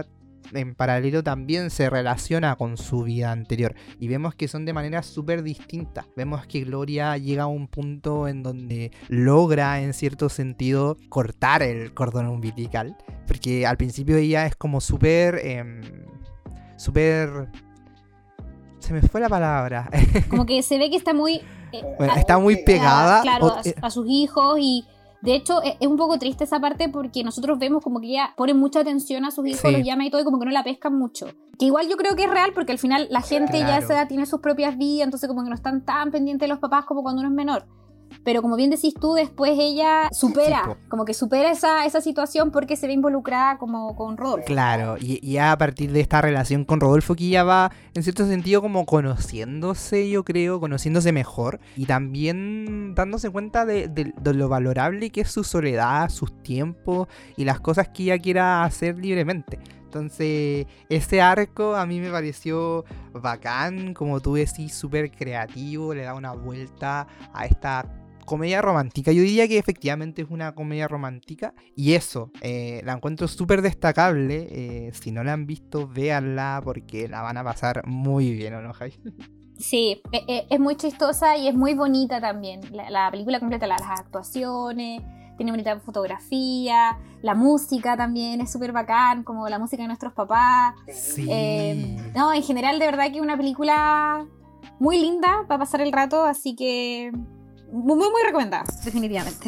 en paralelo también se relaciona con su vida anterior. Y vemos que son de maneras súper distintas. Vemos que Gloria llega a un punto en donde logra, en cierto sentido, cortar el cordón umbilical. Porque al principio ella es como súper... Eh, súper... Se me fue la palabra. Como que se ve que está muy... Eh, bueno, a, está muy pegada. A, claro, o, a, a sus hijos y... De hecho, es un poco triste esa parte porque nosotros vemos como que ella pone mucha atención a sus hijos, sí. los llama y todo, y como que no la pescan mucho. Que igual yo creo que es real porque al final la gente claro. ya a esa edad tiene sus propias vidas, entonces como que no están tan pendientes de los papás como cuando uno es menor. Pero como bien decís tú, después ella supera, sí, como que supera esa, esa situación porque se ve involucrada como con Rodolfo. Claro, y, y a partir de esta relación con Rodolfo que ella va, en cierto sentido, como conociéndose, yo creo, conociéndose mejor y también dándose cuenta de, de, de lo valorable que es su soledad, sus tiempos y las cosas que ella quiera hacer libremente. Entonces, ese arco a mí me pareció bacán, como tú decís, súper creativo, le da una vuelta a esta comedia romántica. Yo diría que efectivamente es una comedia romántica y eso, eh, la encuentro súper destacable. Eh, si no la han visto, véanla porque la van a pasar muy bien, ¿o no, Jai? Sí, es muy chistosa y es muy bonita también. La, la película completa, las actuaciones... Tiene bonita fotografía, la música también es súper bacán, como la música de nuestros papás. Sí. Eh, no, en general, de verdad que es una película muy linda para pasar el rato, así que muy, muy recomendada, definitivamente.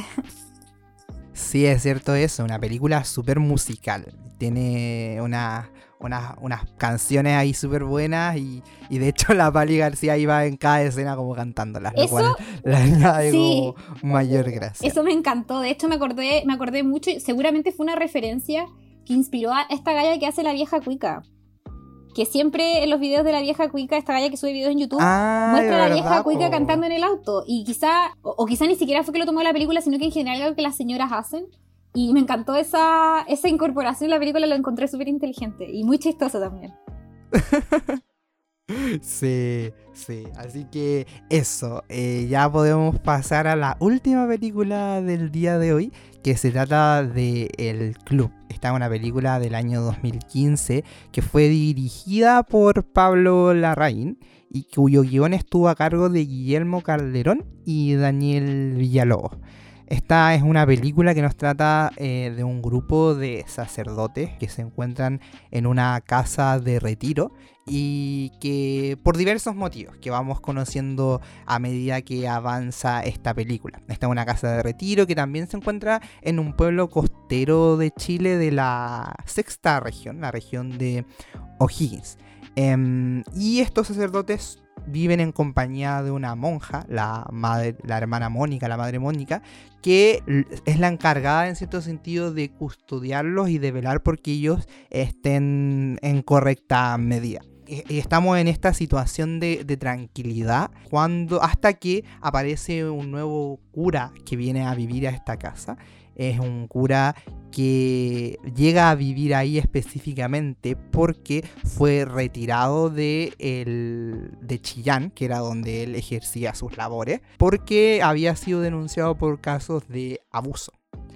Sí, es cierto eso, una película súper musical. Tiene una, una, unas canciones ahí súper buenas y, y de hecho la Pali García iba en cada escena como cantándolas, lo cual le añade sí, como mayor gracia. Eso me encantó, de hecho me acordé, me acordé mucho, seguramente fue una referencia que inspiró a esta galla que hace La Vieja Cuica. Que siempre en los videos de La Vieja Cuica, esta galla que sube videos en YouTube, ah, muestra a la vieja verdad, cuica po. cantando en el auto. Y quizá, o, o quizá ni siquiera fue que lo tomó la película, sino que en general es algo que las señoras hacen. Y me encantó esa, esa incorporación en la película, lo encontré súper inteligente y muy chistoso también. Sí, sí, así que eso, eh, ya podemos pasar a la última película del día de hoy, que se trata de El Club. Esta es una película del año dos mil quince que fue dirigida por Pablo Larraín y cuyo guión estuvo a cargo de Guillermo Calderón y Daniel Villalobos. Esta es una película que nos trata eh, de un grupo de sacerdotes que se encuentran en una casa de retiro y que por diversos motivos que vamos conociendo a medida que avanza esta película. Esta es una casa de retiro que también se encuentra en un pueblo costero de Chile de la sexta región, la región de O'Higgins. Eh, y estos sacerdotes viven en compañía de una monja, la madre, la hermana Mónica, la madre Mónica, que es la encargada en cierto sentido de custodiarlos y de velar porque ellos estén en correcta medida. Y estamos en esta situación de, de tranquilidad cuando hasta que aparece un nuevo cura que viene a vivir a esta casa. Es un cura que llega a vivir ahí específicamente porque fue retirado de, el, de Chillán, que era donde él ejercía sus labores, porque había sido denunciado por casos de abuso.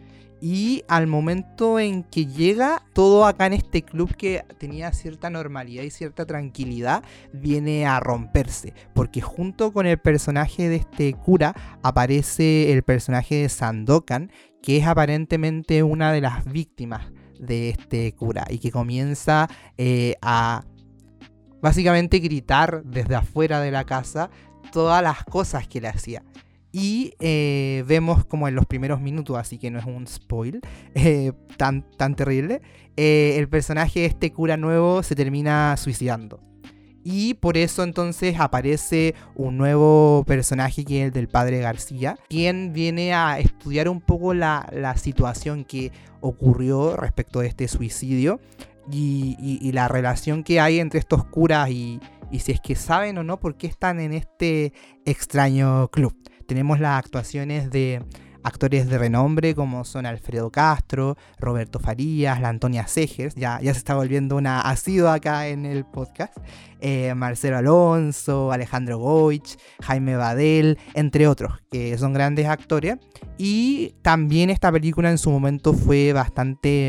Y al momento en que llega, todo acá en este club que tenía cierta normalidad y cierta tranquilidad, viene a romperse. Porque junto con el personaje de este cura, aparece el personaje de Sandokan, que es aparentemente una de las víctimas de este cura. Y que comienza eh, a básicamente gritar desde afuera de la casa todas las cosas que le hacía. Y eh, vemos como en los primeros minutos, así que no es un spoil eh, tan, tan terrible, eh, el personaje de este cura nuevo se termina suicidando. Y por eso entonces aparece un nuevo personaje que es el del padre García, quien viene a estudiar un poco la, la situación que ocurrió respecto de este suicidio y, y, y la relación que hay entre estos curas y, y si es que saben o no por qué están en este extraño club. Tenemos las actuaciones de actores de renombre como son Alfredo Castro, Roberto Farías, la Antonia Segers, ya, ya se está volviendo una asidua acá en el podcast, eh, Marcelo Alonso, Alejandro Goich, Jaime Badel, entre otros, que son grandes actores. Y también esta película en su momento fue bastante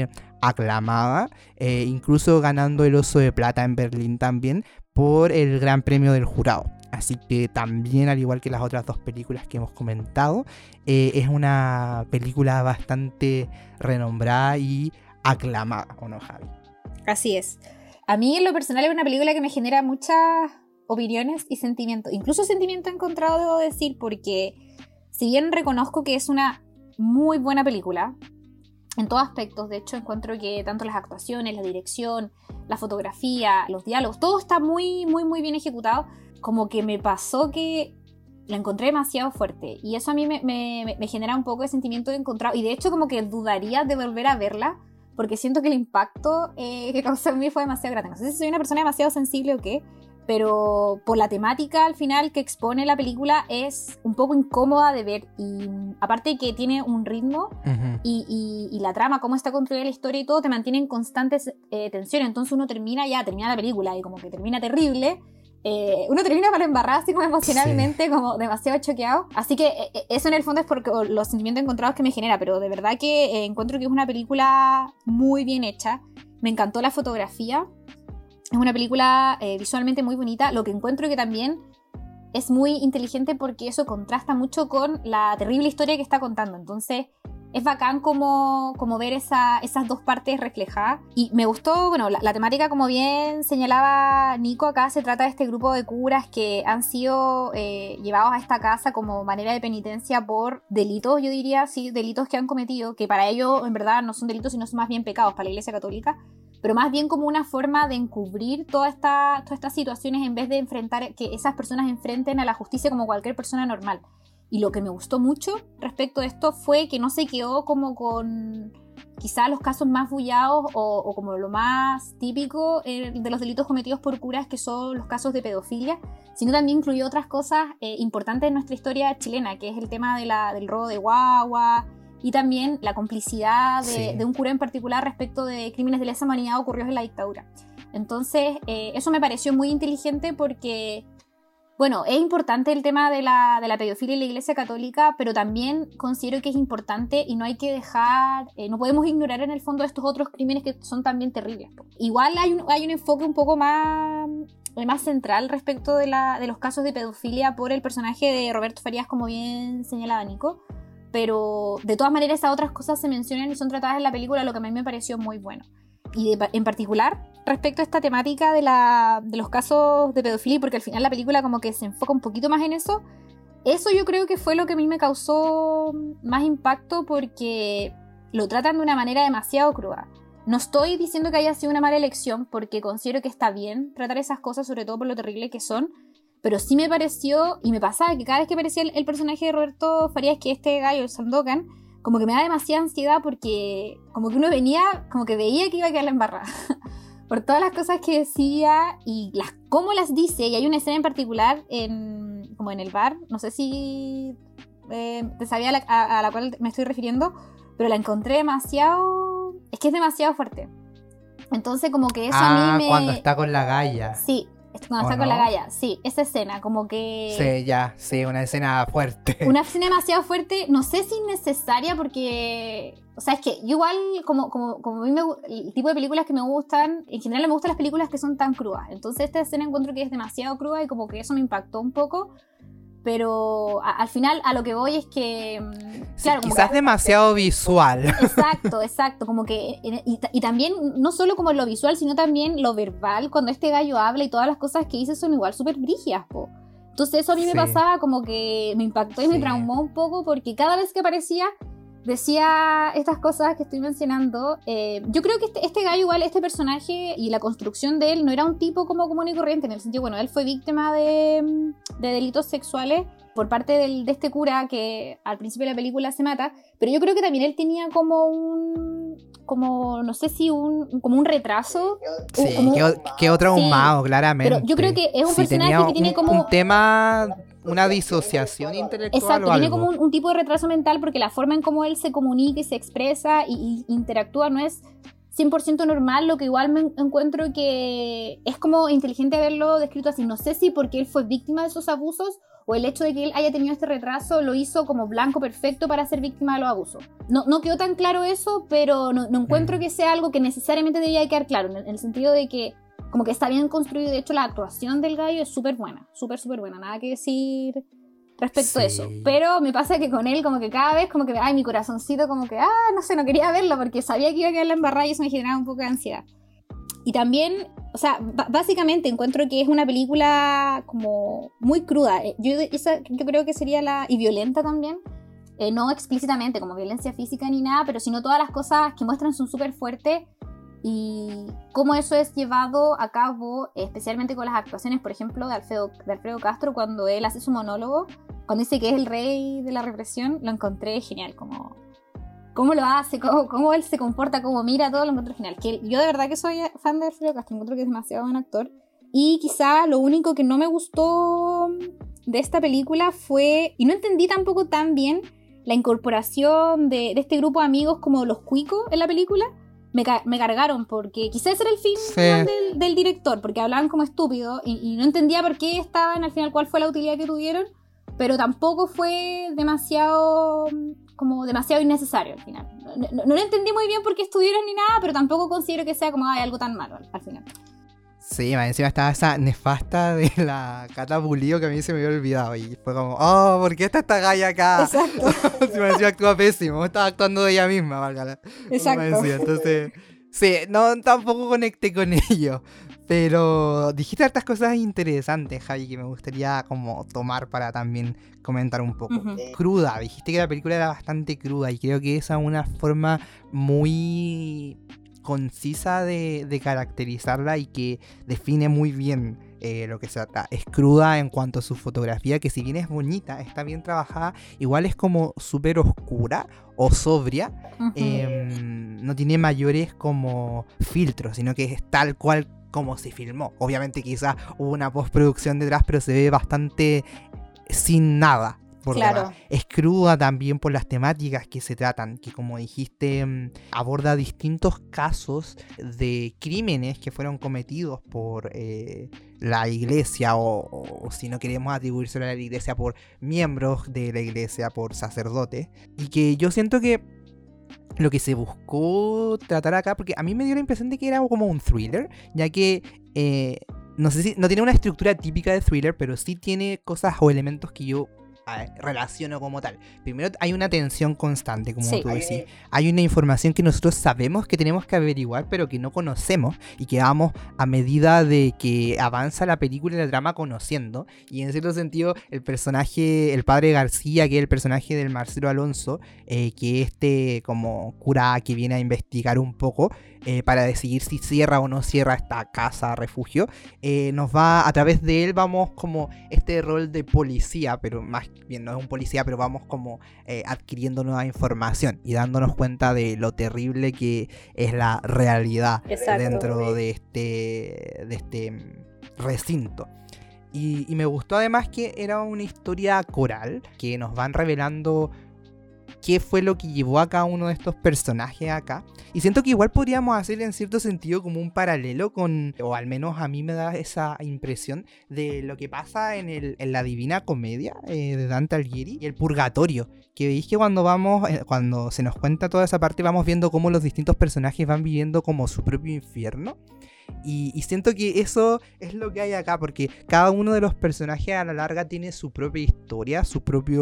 aclamada, eh, incluso ganando el Oso de Plata en Berlín también por el Gran Premio del Jurado. Así que también, al igual que las otras dos películas que hemos comentado, eh, es una película bastante renombrada y aclamada, ¿o no, Javi? Así es. A mí, en lo personal, es una película que me genera muchas opiniones y sentimientos. Incluso sentimientos encontrados, debo decir, porque si bien reconozco que es una muy buena película, en todos aspectos, de hecho, encuentro que tanto las actuaciones, la dirección, la fotografía, los diálogos, todo está muy, muy, muy bien ejecutado. Como que me pasó que la encontré demasiado fuerte. Y eso a mí me, me, me genera un poco de sentimiento de encontrado. Y de hecho, como que dudaría de volver a verla, porque siento que el impacto eh, que causó en mí fue demasiado grande. No sé si soy una persona demasiado sensible o qué, pero por la temática al final que expone la película es un poco incómoda de ver. Y aparte de que tiene un ritmo uh-huh. y, y, y la trama, cómo está construida la historia y todo, te mantiene en constante eh, tensión. Entonces uno termina ya, termina la película y como que termina terrible. Eh, uno termina para embarrar así como emocionalmente, sí. como demasiado choqueado. Así que eh, eso en el fondo es por los sentimientos encontrados que me genera. Pero de verdad que eh, encuentro que es una película muy bien hecha. Me encantó la fotografía. Es una película eh, visualmente muy bonita. Lo que encuentro que también es muy inteligente porque eso contrasta mucho con la terrible historia que está contando. Entonces es bacán como, como ver esa, esas dos partes reflejadas. Y me gustó, bueno, la, la temática, como bien señalaba Nico, acá se trata de este grupo de curas que han sido eh, llevados a esta casa como manera de penitencia por delitos, yo diría, sí, delitos que han cometido, que para ellos en verdad no son delitos, sino son más bien pecados para la Iglesia Católica, pero más bien como una forma de encubrir toda esta, todas estas situaciones en vez de enfrentar, que esas personas enfrenten a la justicia como cualquier persona normal. Y lo que me gustó mucho respecto de esto fue que no se quedó como con quizás los casos más bullados o, o como lo más típico eh, de los delitos cometidos por curas, que son los casos de pedofilia, sino también incluyó otras cosas eh, importantes en nuestra historia chilena, que es el tema de la, del robo de guagua y también la complicidad de, sí. de un cura en particular respecto de crímenes de lesa humanidad ocurridos en la dictadura. Entonces, eh, eso me pareció muy inteligente porque... Bueno, es importante el tema de la, de la pedofilia en la Iglesia Católica, pero también considero que es importante y no hay que dejar, eh, no podemos ignorar en el fondo estos otros crímenes que son también terribles. Igual hay un, hay un enfoque un poco más, más central respecto de, la, de los casos de pedofilia por el personaje de Roberto Farías, como bien señalaba Nico, pero de todas maneras esas otras cosas se mencionan y son tratadas en la película, lo que a mí me pareció muy bueno. Y de, en particular respecto a esta temática de, la, de los casos de pedofilia, porque al final la película como que se enfoca un poquito más en eso, eso yo creo que fue lo que a mí me causó más impacto porque lo tratan de una manera demasiado cruda. No estoy diciendo que haya sido una mala elección, porque considero que está bien tratar esas cosas, sobre todo por lo terrible que son, pero sí me pareció, y me pasaba que cada vez que aparecía el, el personaje de Roberto Farías, que este gallo, el Sandokan, como que me da demasiada ansiedad porque como que uno venía, como que veía que iba a quedar la embarrada por todas las cosas que decía y las cómo las dice. Y hay una escena en particular en, como en el bar, no sé si eh, te sabía a la, a, a la cual me estoy refiriendo, pero la encontré demasiado, es que es demasiado fuerte. Entonces como que eso ah, a mí me... cuando está con la galla. Sí. Cuando está no? con la galla, sí, esa escena, como que... Sí, ya, sí, una escena fuerte. Una escena demasiado fuerte, no sé si innecesaria porque... O sea, es que yo igual, como, como, como a mí me, el tipo de películas que me gustan, en general me gustan las películas que son tan crudas. Entonces esta escena encuentro que es demasiado cruda y como que eso me impactó un poco. Pero a, al final a lo que voy es que... Sí, claro, quizás que, demasiado visual. Exacto, exacto. Como que y, y también no solo como lo visual, sino también lo verbal. Cuando este gallo habla y todas las cosas que dice son igual súper brígidas, po. Entonces eso a mí sí. me pasaba como que me impactó y sí. me traumó un poco porque cada vez que aparecía decía estas cosas que estoy mencionando. Eh, yo creo que este, este gallo igual, este personaje y la construcción de él no era un tipo como común y corriente, en el sentido, bueno, él fue víctima de, de delitos sexuales por parte del, de este cura que al principio de la película se mata, pero yo creo que también él tenía como un, como no sé si un, como un retraso. Sí, como, quedó, quedó traumado, sí, claramente. Pero yo creo que es un sí, personaje que tiene un, como... un tema... Una disociación intelectual. Exacto, o tiene algo. como un, un tipo de retraso mental porque la forma en cómo él se comunica y se expresa y, y interactúa no es cien por ciento normal, lo que igual me encuentro que es como inteligente haberlo descrito así. No sé si porque él fue víctima de esos abusos o el hecho de que él haya tenido este retraso lo hizo como blanco perfecto para ser víctima de los abusos. No, no quedó tan claro eso, pero no, no encuentro que sea algo que necesariamente debía quedar claro, en el, en el sentido de que como que está bien construido. De hecho, la actuación del gallo es súper buena, súper, súper buena, nada que decir respecto sí. a eso. Pero me pasa que con él como que cada vez como que, ay, mi corazoncito como que, ah, no sé, no quería verlo porque sabía que iba a quedar la embarrada y eso me generaba un poco de ansiedad. Y también, o sea, b- básicamente encuentro que es una película como muy cruda. Yo, esa, yo creo que sería la... y violenta también. Eh, no explícitamente como violencia física ni nada, pero sino todas las cosas que muestran son súper fuertes. Y cómo eso es llevado a cabo, especialmente con las actuaciones, por ejemplo, de Alfredo, de Alfredo Castro, cuando él hace su monólogo, cuando dice que es el rey de la represión, lo encontré genial, como cómo lo hace, cómo, cómo él se comporta, cómo mira, todo lo encuentro genial. Que yo de verdad que soy fan de Alfredo Castro, encuentro que es demasiado buen actor. Y quizá lo único que no me gustó de esta película fue, y no entendí tampoco tan bien, la incorporación de, de este grupo de amigos como los cuicos en la película. Me, ca- me cargaron porque quizás ese era el fin Sí. del, del director, porque hablaban como estúpidos y, y no entendía por qué estaban, al final cuál fue la utilidad que tuvieron, pero tampoco fue demasiado como demasiado innecesario al final. No, no, no lo entendí muy bien por qué estuvieron ni nada, pero tampoco considero que sea como ay, algo tan malo al, al final. Sí, man, encima estaba esa nefasta de la Cata Pulido que a mí se me había olvidado. Y fue como, oh, ¿por qué está esta galla acá? Exacto. Encima encima actúa pésimo, estaba actuando de ella misma, válgala. Exacto. Encima, entonces, sí, no, tampoco conecté con ello. Pero dijiste hartas cosas interesantes, Javi, que me gustaría como tomar para también comentar un poco. Uh-huh. Cruda, dijiste que la película era bastante cruda y creo que esa es una forma muy concisa de, de caracterizarla y que define muy bien eh, lo que se trata. Es cruda en cuanto a su fotografía, que si bien es bonita, está bien trabajada, igual es como súper oscura o sobria. Uh-huh. eh, no tiene mayores como filtros, sino que es tal cual como se filmó. Obviamente quizás hubo una postproducción detrás, pero se ve bastante sin nada. Por claro. demás. Es cruda también por las temáticas que se tratan, que como dijiste, aborda distintos casos de crímenes que fueron cometidos por eh, la iglesia o, o, o si no queremos atribuírselo a la iglesia, por miembros de la iglesia, por sacerdotes. Y que yo siento que lo que se buscó tratar acá, porque a mí me dio la impresión de que era como un thriller, ya que eh, no sé si no tiene una estructura típica de thriller, pero sí tiene cosas o elementos que yo relaciono como tal. Primero hay una tensión constante, como sí, tú decís. Hay una información que nosotros sabemos que tenemos que averiguar, pero que no conocemos y que vamos a medida de que avanza la película y la trama conociendo. Y en cierto sentido, el personaje, el padre García, que es el personaje del Marcelo Alonso, eh, que este como cura que viene a investigar un poco eh, para decidir si cierra o no cierra esta casa refugio, eh, nos va, a través de él vamos como este rol de policía, pero más bien no es un policía, pero vamos como eh, adquiriendo nueva información y dándonos cuenta de lo terrible que es la realidad. Exacto. Dentro de este, de este recinto. Y, y me gustó además que era una historia coral, que nos van revelando qué fue lo que llevó a cada uno de estos personajes acá. Y siento que igual podríamos hacer en cierto sentido como un paralelo con, o al menos a mí me da esa impresión de lo que pasa en, el, en la Divina Comedia eh, de Dante Alighieri y el Purgatorio. Que veis que cuando vamos, eh, cuando se nos cuenta toda esa parte, vamos viendo cómo los distintos personajes van viviendo como su propio infierno. Y, y siento que eso es lo que hay acá, porque cada uno de los personajes a la larga tiene su propia historia, su propia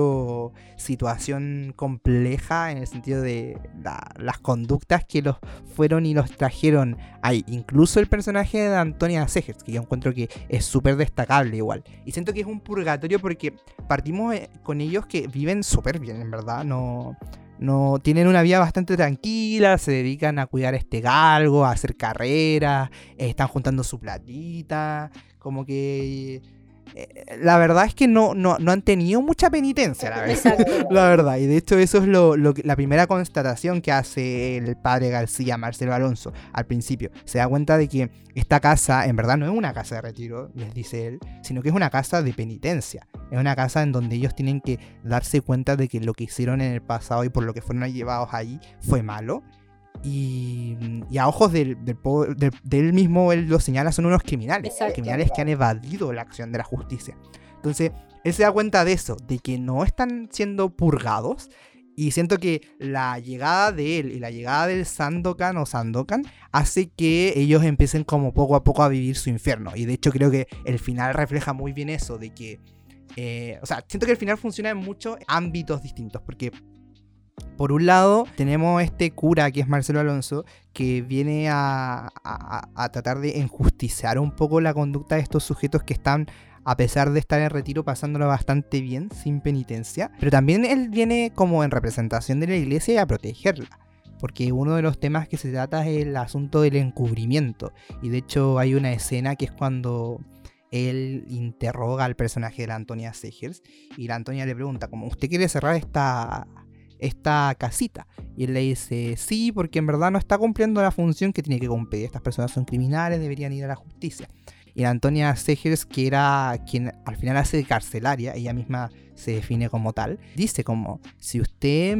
situación compleja en el sentido de la, las conductas que los fueron y los trajeron ahí. Incluso el personaje de Antonia Segers, que yo encuentro que es súper destacable igual. Y siento que es un purgatorio porque partimos con ellos que viven súper bien, en verdad, no... No, tienen una vida bastante tranquila, se dedican a cuidar este galgo, a hacer carreras, eh, están juntando su platita, como que eh, la verdad es que no, no, no han tenido mucha penitencia, la verdad. La verdad, y de hecho eso es lo, lo que, la primera constatación que hace el padre García, Marcelo Alonso, al principio. Se da cuenta de que esta casa en verdad no es una casa de retiro, les dice él, sino que es una casa de penitencia. Es una casa en donde ellos tienen que darse cuenta de que lo que hicieron en el pasado y por lo que fueron llevados ahí fue malo. y, y a ojos del, del, del, de él mismo, él lo señala, son unos criminales, Exacto. criminales que han evadido la acción de la justicia. Entonces, él se da cuenta de eso, de que no están siendo purgados, y siento que la llegada de él y la llegada del Sandokan o Sandokan hace que ellos empiecen como poco a poco a vivir su infierno, y de hecho creo que el final refleja muy bien eso, de que, eh, o sea, siento que el final funciona en muchos ámbitos distintos, porque por un lado tenemos este cura que es Marcelo Alonso, que viene a, a, a tratar de enjusticiar un poco la conducta de estos sujetos que están, a pesar de estar en retiro, pasándolo bastante bien, sin penitencia. Pero también él viene como en representación de la iglesia y a protegerla, porque uno de los temas que se trata es el asunto del encubrimiento. Y de hecho hay una escena que es cuando él interroga al personaje de la Antonia Segers, y la Antonia le pregunta como, ¿usted quiere cerrar esta... esta casita? Y él le dice, sí, porque en verdad no está cumpliendo la función que tiene que cumplir. Estas personas son criminales, deberían ir a la justicia. Y la Antonia Segers, que era quien al final hace de carcelaria, ella misma se define como tal, dice como, si usted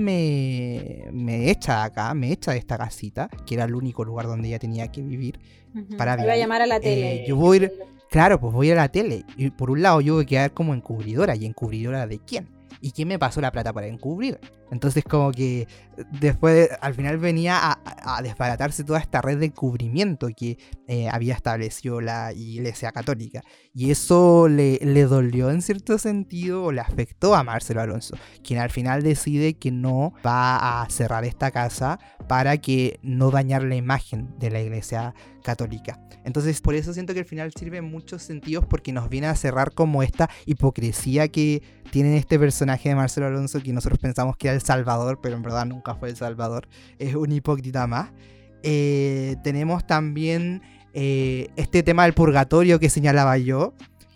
me, me echa de acá, me echa de esta casita, que era el único lugar donde ella tenía que vivir, uh-huh. para vivir, iba a llamar a la tele. Eh, yo voy a ir, claro, pues voy a la tele. Y por un lado yo voy a quedar como encubridora. ¿Y encubridora de quién? ¿Y quién me pasó la plata para encubrir? Entonces como que después, al final venía a, a desbaratarse toda esta red de encubrimiento que eh, había establecido la Iglesia Católica. Y eso le, le dolió en cierto sentido, o le afectó a Marcelo Alonso, quien al final decide que no va a cerrar esta casa para que no dañar la imagen de la Iglesia Católica. Entonces por eso siento que el final sirve en muchos sentidos, porque nos viene a cerrar como esta hipocresía que tiene este personaje de Marcelo Alonso, que nosotros pensamos que era el Salvador, pero en verdad nunca fue el Salvador, es un hipócrita más. Eh, tenemos también eh, este tema del purgatorio que señalaba yo.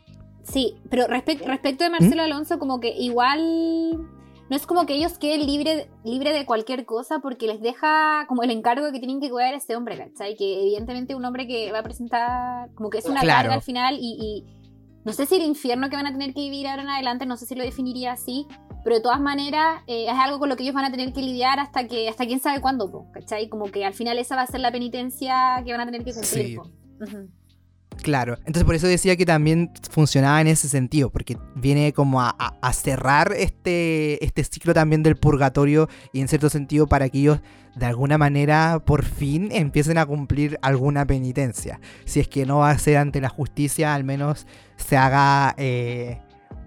Sí, pero respe- respecto de Marcelo ¿Mm? Alonso, como que igual no es como que ellos queden libre, libre de cualquier cosa, porque les deja como el encargo que tienen que cuidar a este hombre, ¿cachai? Que evidentemente un hombre que va a presentar, como que es una claro. carga al final, y, y no sé si el infierno que van a tener que vivir ahora en adelante, no sé si lo definiría así, pero de todas maneras eh, es algo con lo que ellos van a tener que lidiar hasta que hasta quién sabe cuándo, ¿cachai? Como que al final esa va a ser la penitencia que van a tener que cumplir. Sí. Uh-huh. Claro, entonces por eso decía que también funcionaba en ese sentido, porque viene como a, a, a cerrar este, este ciclo también del purgatorio, y en cierto sentido para que ellos de alguna manera por fin empiecen a cumplir alguna penitencia. Si es que no va a ser ante la justicia, al menos se haga eh,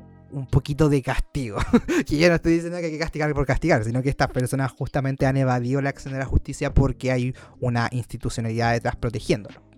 un poquito de castigo. Que yo no estoy diciendo que hay que castigar por castigar, sino que estas personas justamente han evadido la acción de la justicia porque hay una institucionalidad detrás protegiéndolo.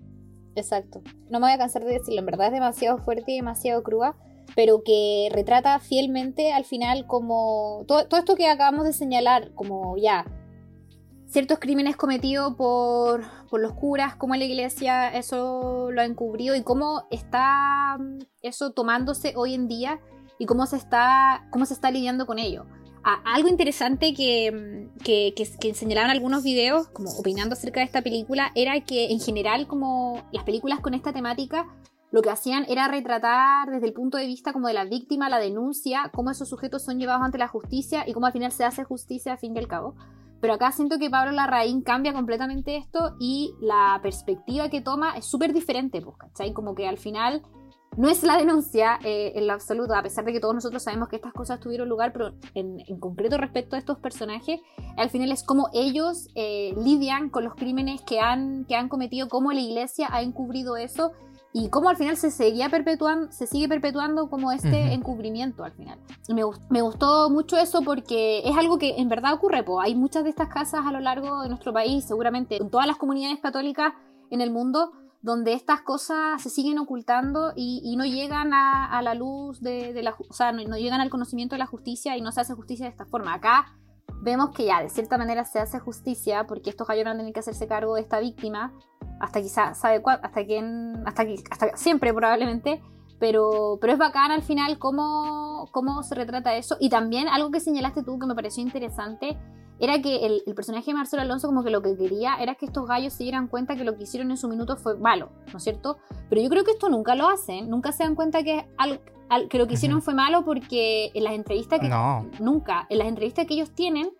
Exacto. No me voy a cansar de decirlo, en verdad es demasiado fuerte y demasiado cruda, pero que retrata fielmente al final como todo, todo esto que acabamos de señalar, como ya ciertos crímenes cometidos por, por los curas, cómo la iglesia eso lo ha encubrido y cómo está eso tomándose hoy en día y cómo se está, cómo se está lidiando con ello. Ah, algo interesante que, que, que, que señalaban algunos videos, como opinando acerca de esta película, era que en general como las películas con esta temática lo que hacían era retratar desde el punto de vista como de la víctima, la denuncia, cómo esos sujetos son llevados ante la justicia y cómo al final se hace justicia a fin y al cabo. Pero acá siento que Pablo Larraín cambia completamente esto y la perspectiva que toma es súper diferente, pues, ¿cachai? Como que al final no es la denuncia eh, en lo absoluto, a pesar de que todos nosotros sabemos que estas cosas tuvieron lugar, pero en, en concreto respecto a estos personajes, al final es cómo ellos eh, lidian con los crímenes que han, que han cometido, cómo la iglesia ha encubrido eso y cómo al final se seguía perpetuando, se sigue perpetuando como este uh-huh. encubrimiento al final. Y me, me gustó mucho eso porque es algo que en verdad ocurre, pues hay muchas de estas casas a lo largo de nuestro país, seguramente en todas las comunidades católicas en el mundo, donde estas cosas se siguen ocultando y, y no llegan a, a la luz de, de la, o sea, no, no llegan al conocimiento de la justicia y no se hace justicia de esta forma. Acá vemos que ya de cierta manera se hace justicia porque estos gallos van a tener que hacerse cargo de esta víctima hasta quizá sabe cuál, hasta quién, hasta, hasta siempre probablemente, pero, pero es bacán al final cómo, cómo se retrata eso. Y también algo que señalaste tú que me pareció interesante era que el, el personaje de Marcelo Alonso como que lo que quería era que estos gallos se dieran cuenta que lo que hicieron en su minuto fue malo, ¿no es cierto? Pero yo creo que esto nunca lo hacen, nunca se dan cuenta que, al, al, que lo que hicieron fue malo porque en las entrevistas que... No. Nunca, en las entrevistas que ellos tienen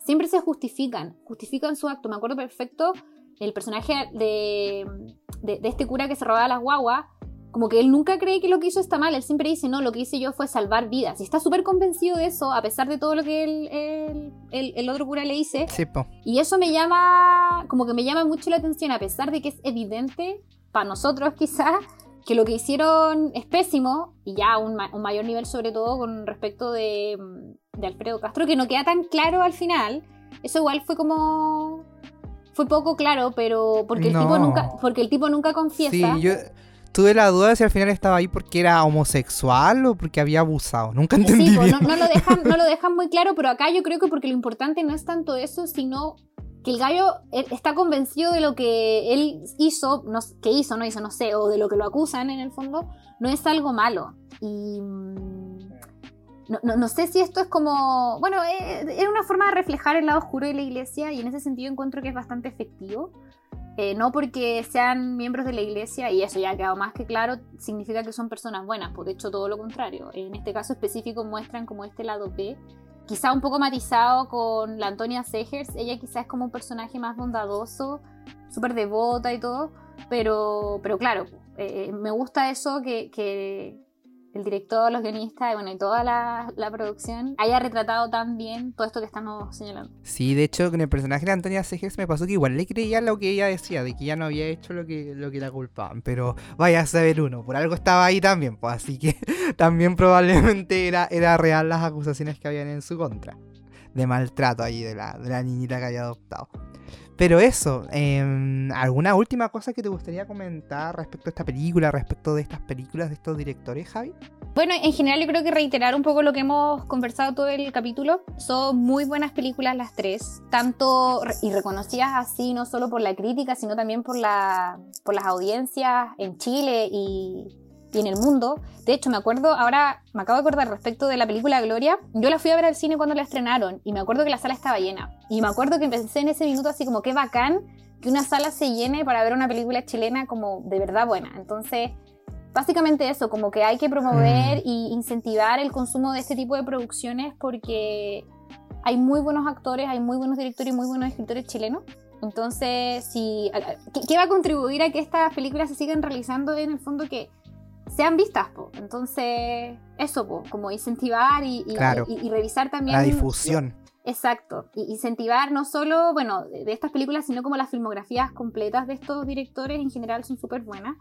siempre se justifican, justifican su acto. Me acuerdo perfecto el personaje de, de, de este cura que se robaba las guaguas, como que él nunca cree que lo que hizo está mal, él siempre dice, no, lo que hice yo fue salvar vidas, y está súper convencido de eso, a pesar de todo lo que el, el, el, el otro cura le dice. Sí, po. Y eso me llama, como que me llama mucho la atención, a pesar de que es evidente, para nosotros quizás, que lo que hicieron es pésimo, y ya a un, ma- un mayor nivel sobre todo con respecto de, de Alfredo Castro, que no queda tan claro al final. Eso igual fue como... fue poco claro, pero porque el, No. tipo, nunca, porque el tipo nunca confiesa. Sí, yo tuve la duda si al final estaba ahí porque era homosexual o porque había abusado. Nunca entendí Sí, pues, bien. no, no, lo dejan, no lo dejan muy claro, pero acá yo creo que porque lo importante no es tanto eso, sino que el gallo él, está convencido de lo que él hizo, no, que hizo, no hizo, no sé, o de lo que lo acusan en el fondo, no es algo malo. Y mm, no, no, no sé si esto es como... Bueno, es, es una forma de reflejar el lado oscuro de la iglesia, y en ese sentido encuentro que es bastante efectivo. Eh, no porque sean miembros de la iglesia, y eso ya ha quedado más que claro, significa que son personas buenas, pues de hecho todo lo contrario. En este caso específico muestran como este lado B, quizá un poco matizado con la Antonia Segers. Ella quizá es como un personaje más bondadoso, súper devota y todo, pero, pero claro, eh, me gusta eso que... que el director, los guionistas, bueno, y toda la, la producción haya retratado tan bien todo esto que estamos señalando. Sí, de hecho, con el personaje de Antonia Segers me pasó que igual le creía lo que ella decía, de que ella no había hecho lo que, lo que la culpaban. Pero vaya a saber uno, por algo estaba ahí también, pues así que también probablemente era, era real las acusaciones que habían en su contra. De maltrato ahí de la, de la niñita que había adoptado. Pero eso, eh, ¿alguna última cosa que te gustaría comentar respecto a esta película, respecto de estas películas de estos directores, Javi? Bueno, en general yo creo que reiterar un poco lo que hemos conversado todo el capítulo. Son muy buenas películas las tres, tanto y reconocidas así no solo por la crítica, sino también por, la, por las audiencias en Chile y, y en el mundo. De hecho, me acuerdo, ahora me acabo de acordar respecto de la película Gloria, yo la fui a ver al cine cuando la estrenaron y me acuerdo que la sala estaba llena. Y me acuerdo que pensé en ese minuto así como qué bacán que una sala se llene para ver una película chilena como de verdad buena. Entonces... básicamente eso, como que hay que promover mm. y incentivar el consumo de este tipo de producciones porque hay muy buenos actores, hay muy buenos directores y muy buenos escritores chilenos. Entonces, si, ¿qué, qué va a contribuir a que estas películas se sigan realizando? En el fondo que sean vistas, po. Entonces, eso, po, como incentivar y, y, claro. y, y revisar también... la difusión. Exacto, y incentivar no solo, bueno, de, de estas películas, sino como las filmografías completas de estos directores en general son súper buenas.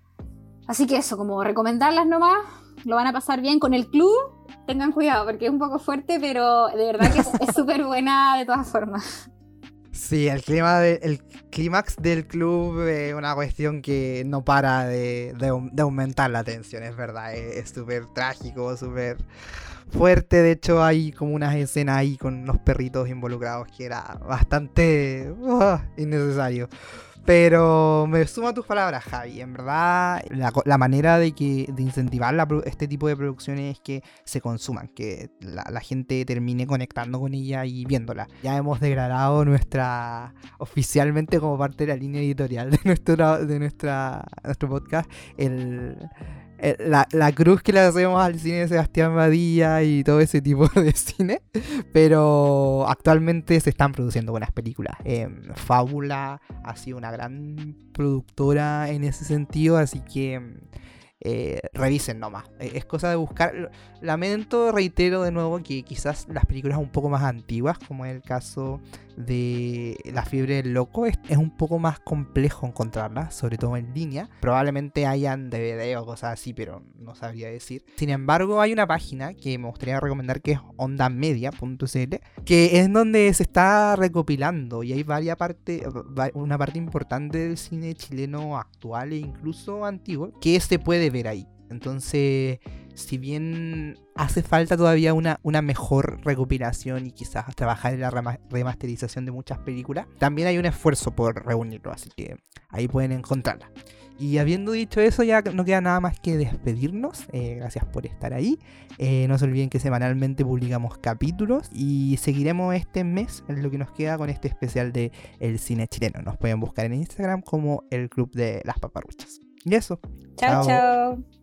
Así que eso, como recomendarlas nomás, lo van a pasar bien con el club, tengan cuidado porque es un poco fuerte, pero de verdad que es súper buena de todas formas. Sí, el clima de, el clímax del club es una cuestión que no para de, de, de aumentar la tensión, es verdad, es súper trágico, súper fuerte. De hecho hay como unas escenas ahí con unos perritos involucrados que era bastante uh, innecesario. Pero me sumo a tus palabras, Javi. En verdad, la, la manera de que de incentivar la, este tipo de producciones es que se consuman, que la, la gente termine conectando con ella y viéndola. Ya hemos degradado nuestra, oficialmente como parte de la línea editorial de nuestro, de nuestra, nuestro podcast, el... La, la cruz que le hacemos al cine de Sebastián Badilla y todo ese tipo de cine, pero actualmente se están produciendo buenas películas. eh, Fábula ha sido una gran productora en ese sentido, así que eh, revisen nomás, eh, es cosa de buscar. Lamento, reitero de nuevo que quizás las películas un poco más antiguas, como es el caso de La fiebre del loco, es, es un poco más complejo encontrarlas, sobre todo en línea. Probablemente hayan D V D o cosas así, pero no sabría decir. Sin embargo, hay una página que me gustaría recomendar que es onda media punto c l, que es donde se está recopilando y hay varias parte, una parte importante del cine chileno actual e incluso antiguo que se puede ver ahí. Entonces, si bien hace falta todavía una, una mejor recopilación y quizás trabajar en la remasterización de muchas películas, también hay un esfuerzo por reunirlo, así que ahí pueden encontrarla. Y habiendo dicho eso, ya no queda nada más que despedirnos. Eh, gracias por estar ahí. Eh, no se olviden que semanalmente publicamos capítulos y seguiremos este mes en lo que nos queda con este especial de El Cine Chileno. Nos pueden buscar en Instagram como el Club de las Paparruchas. Y eso. Chao, chao.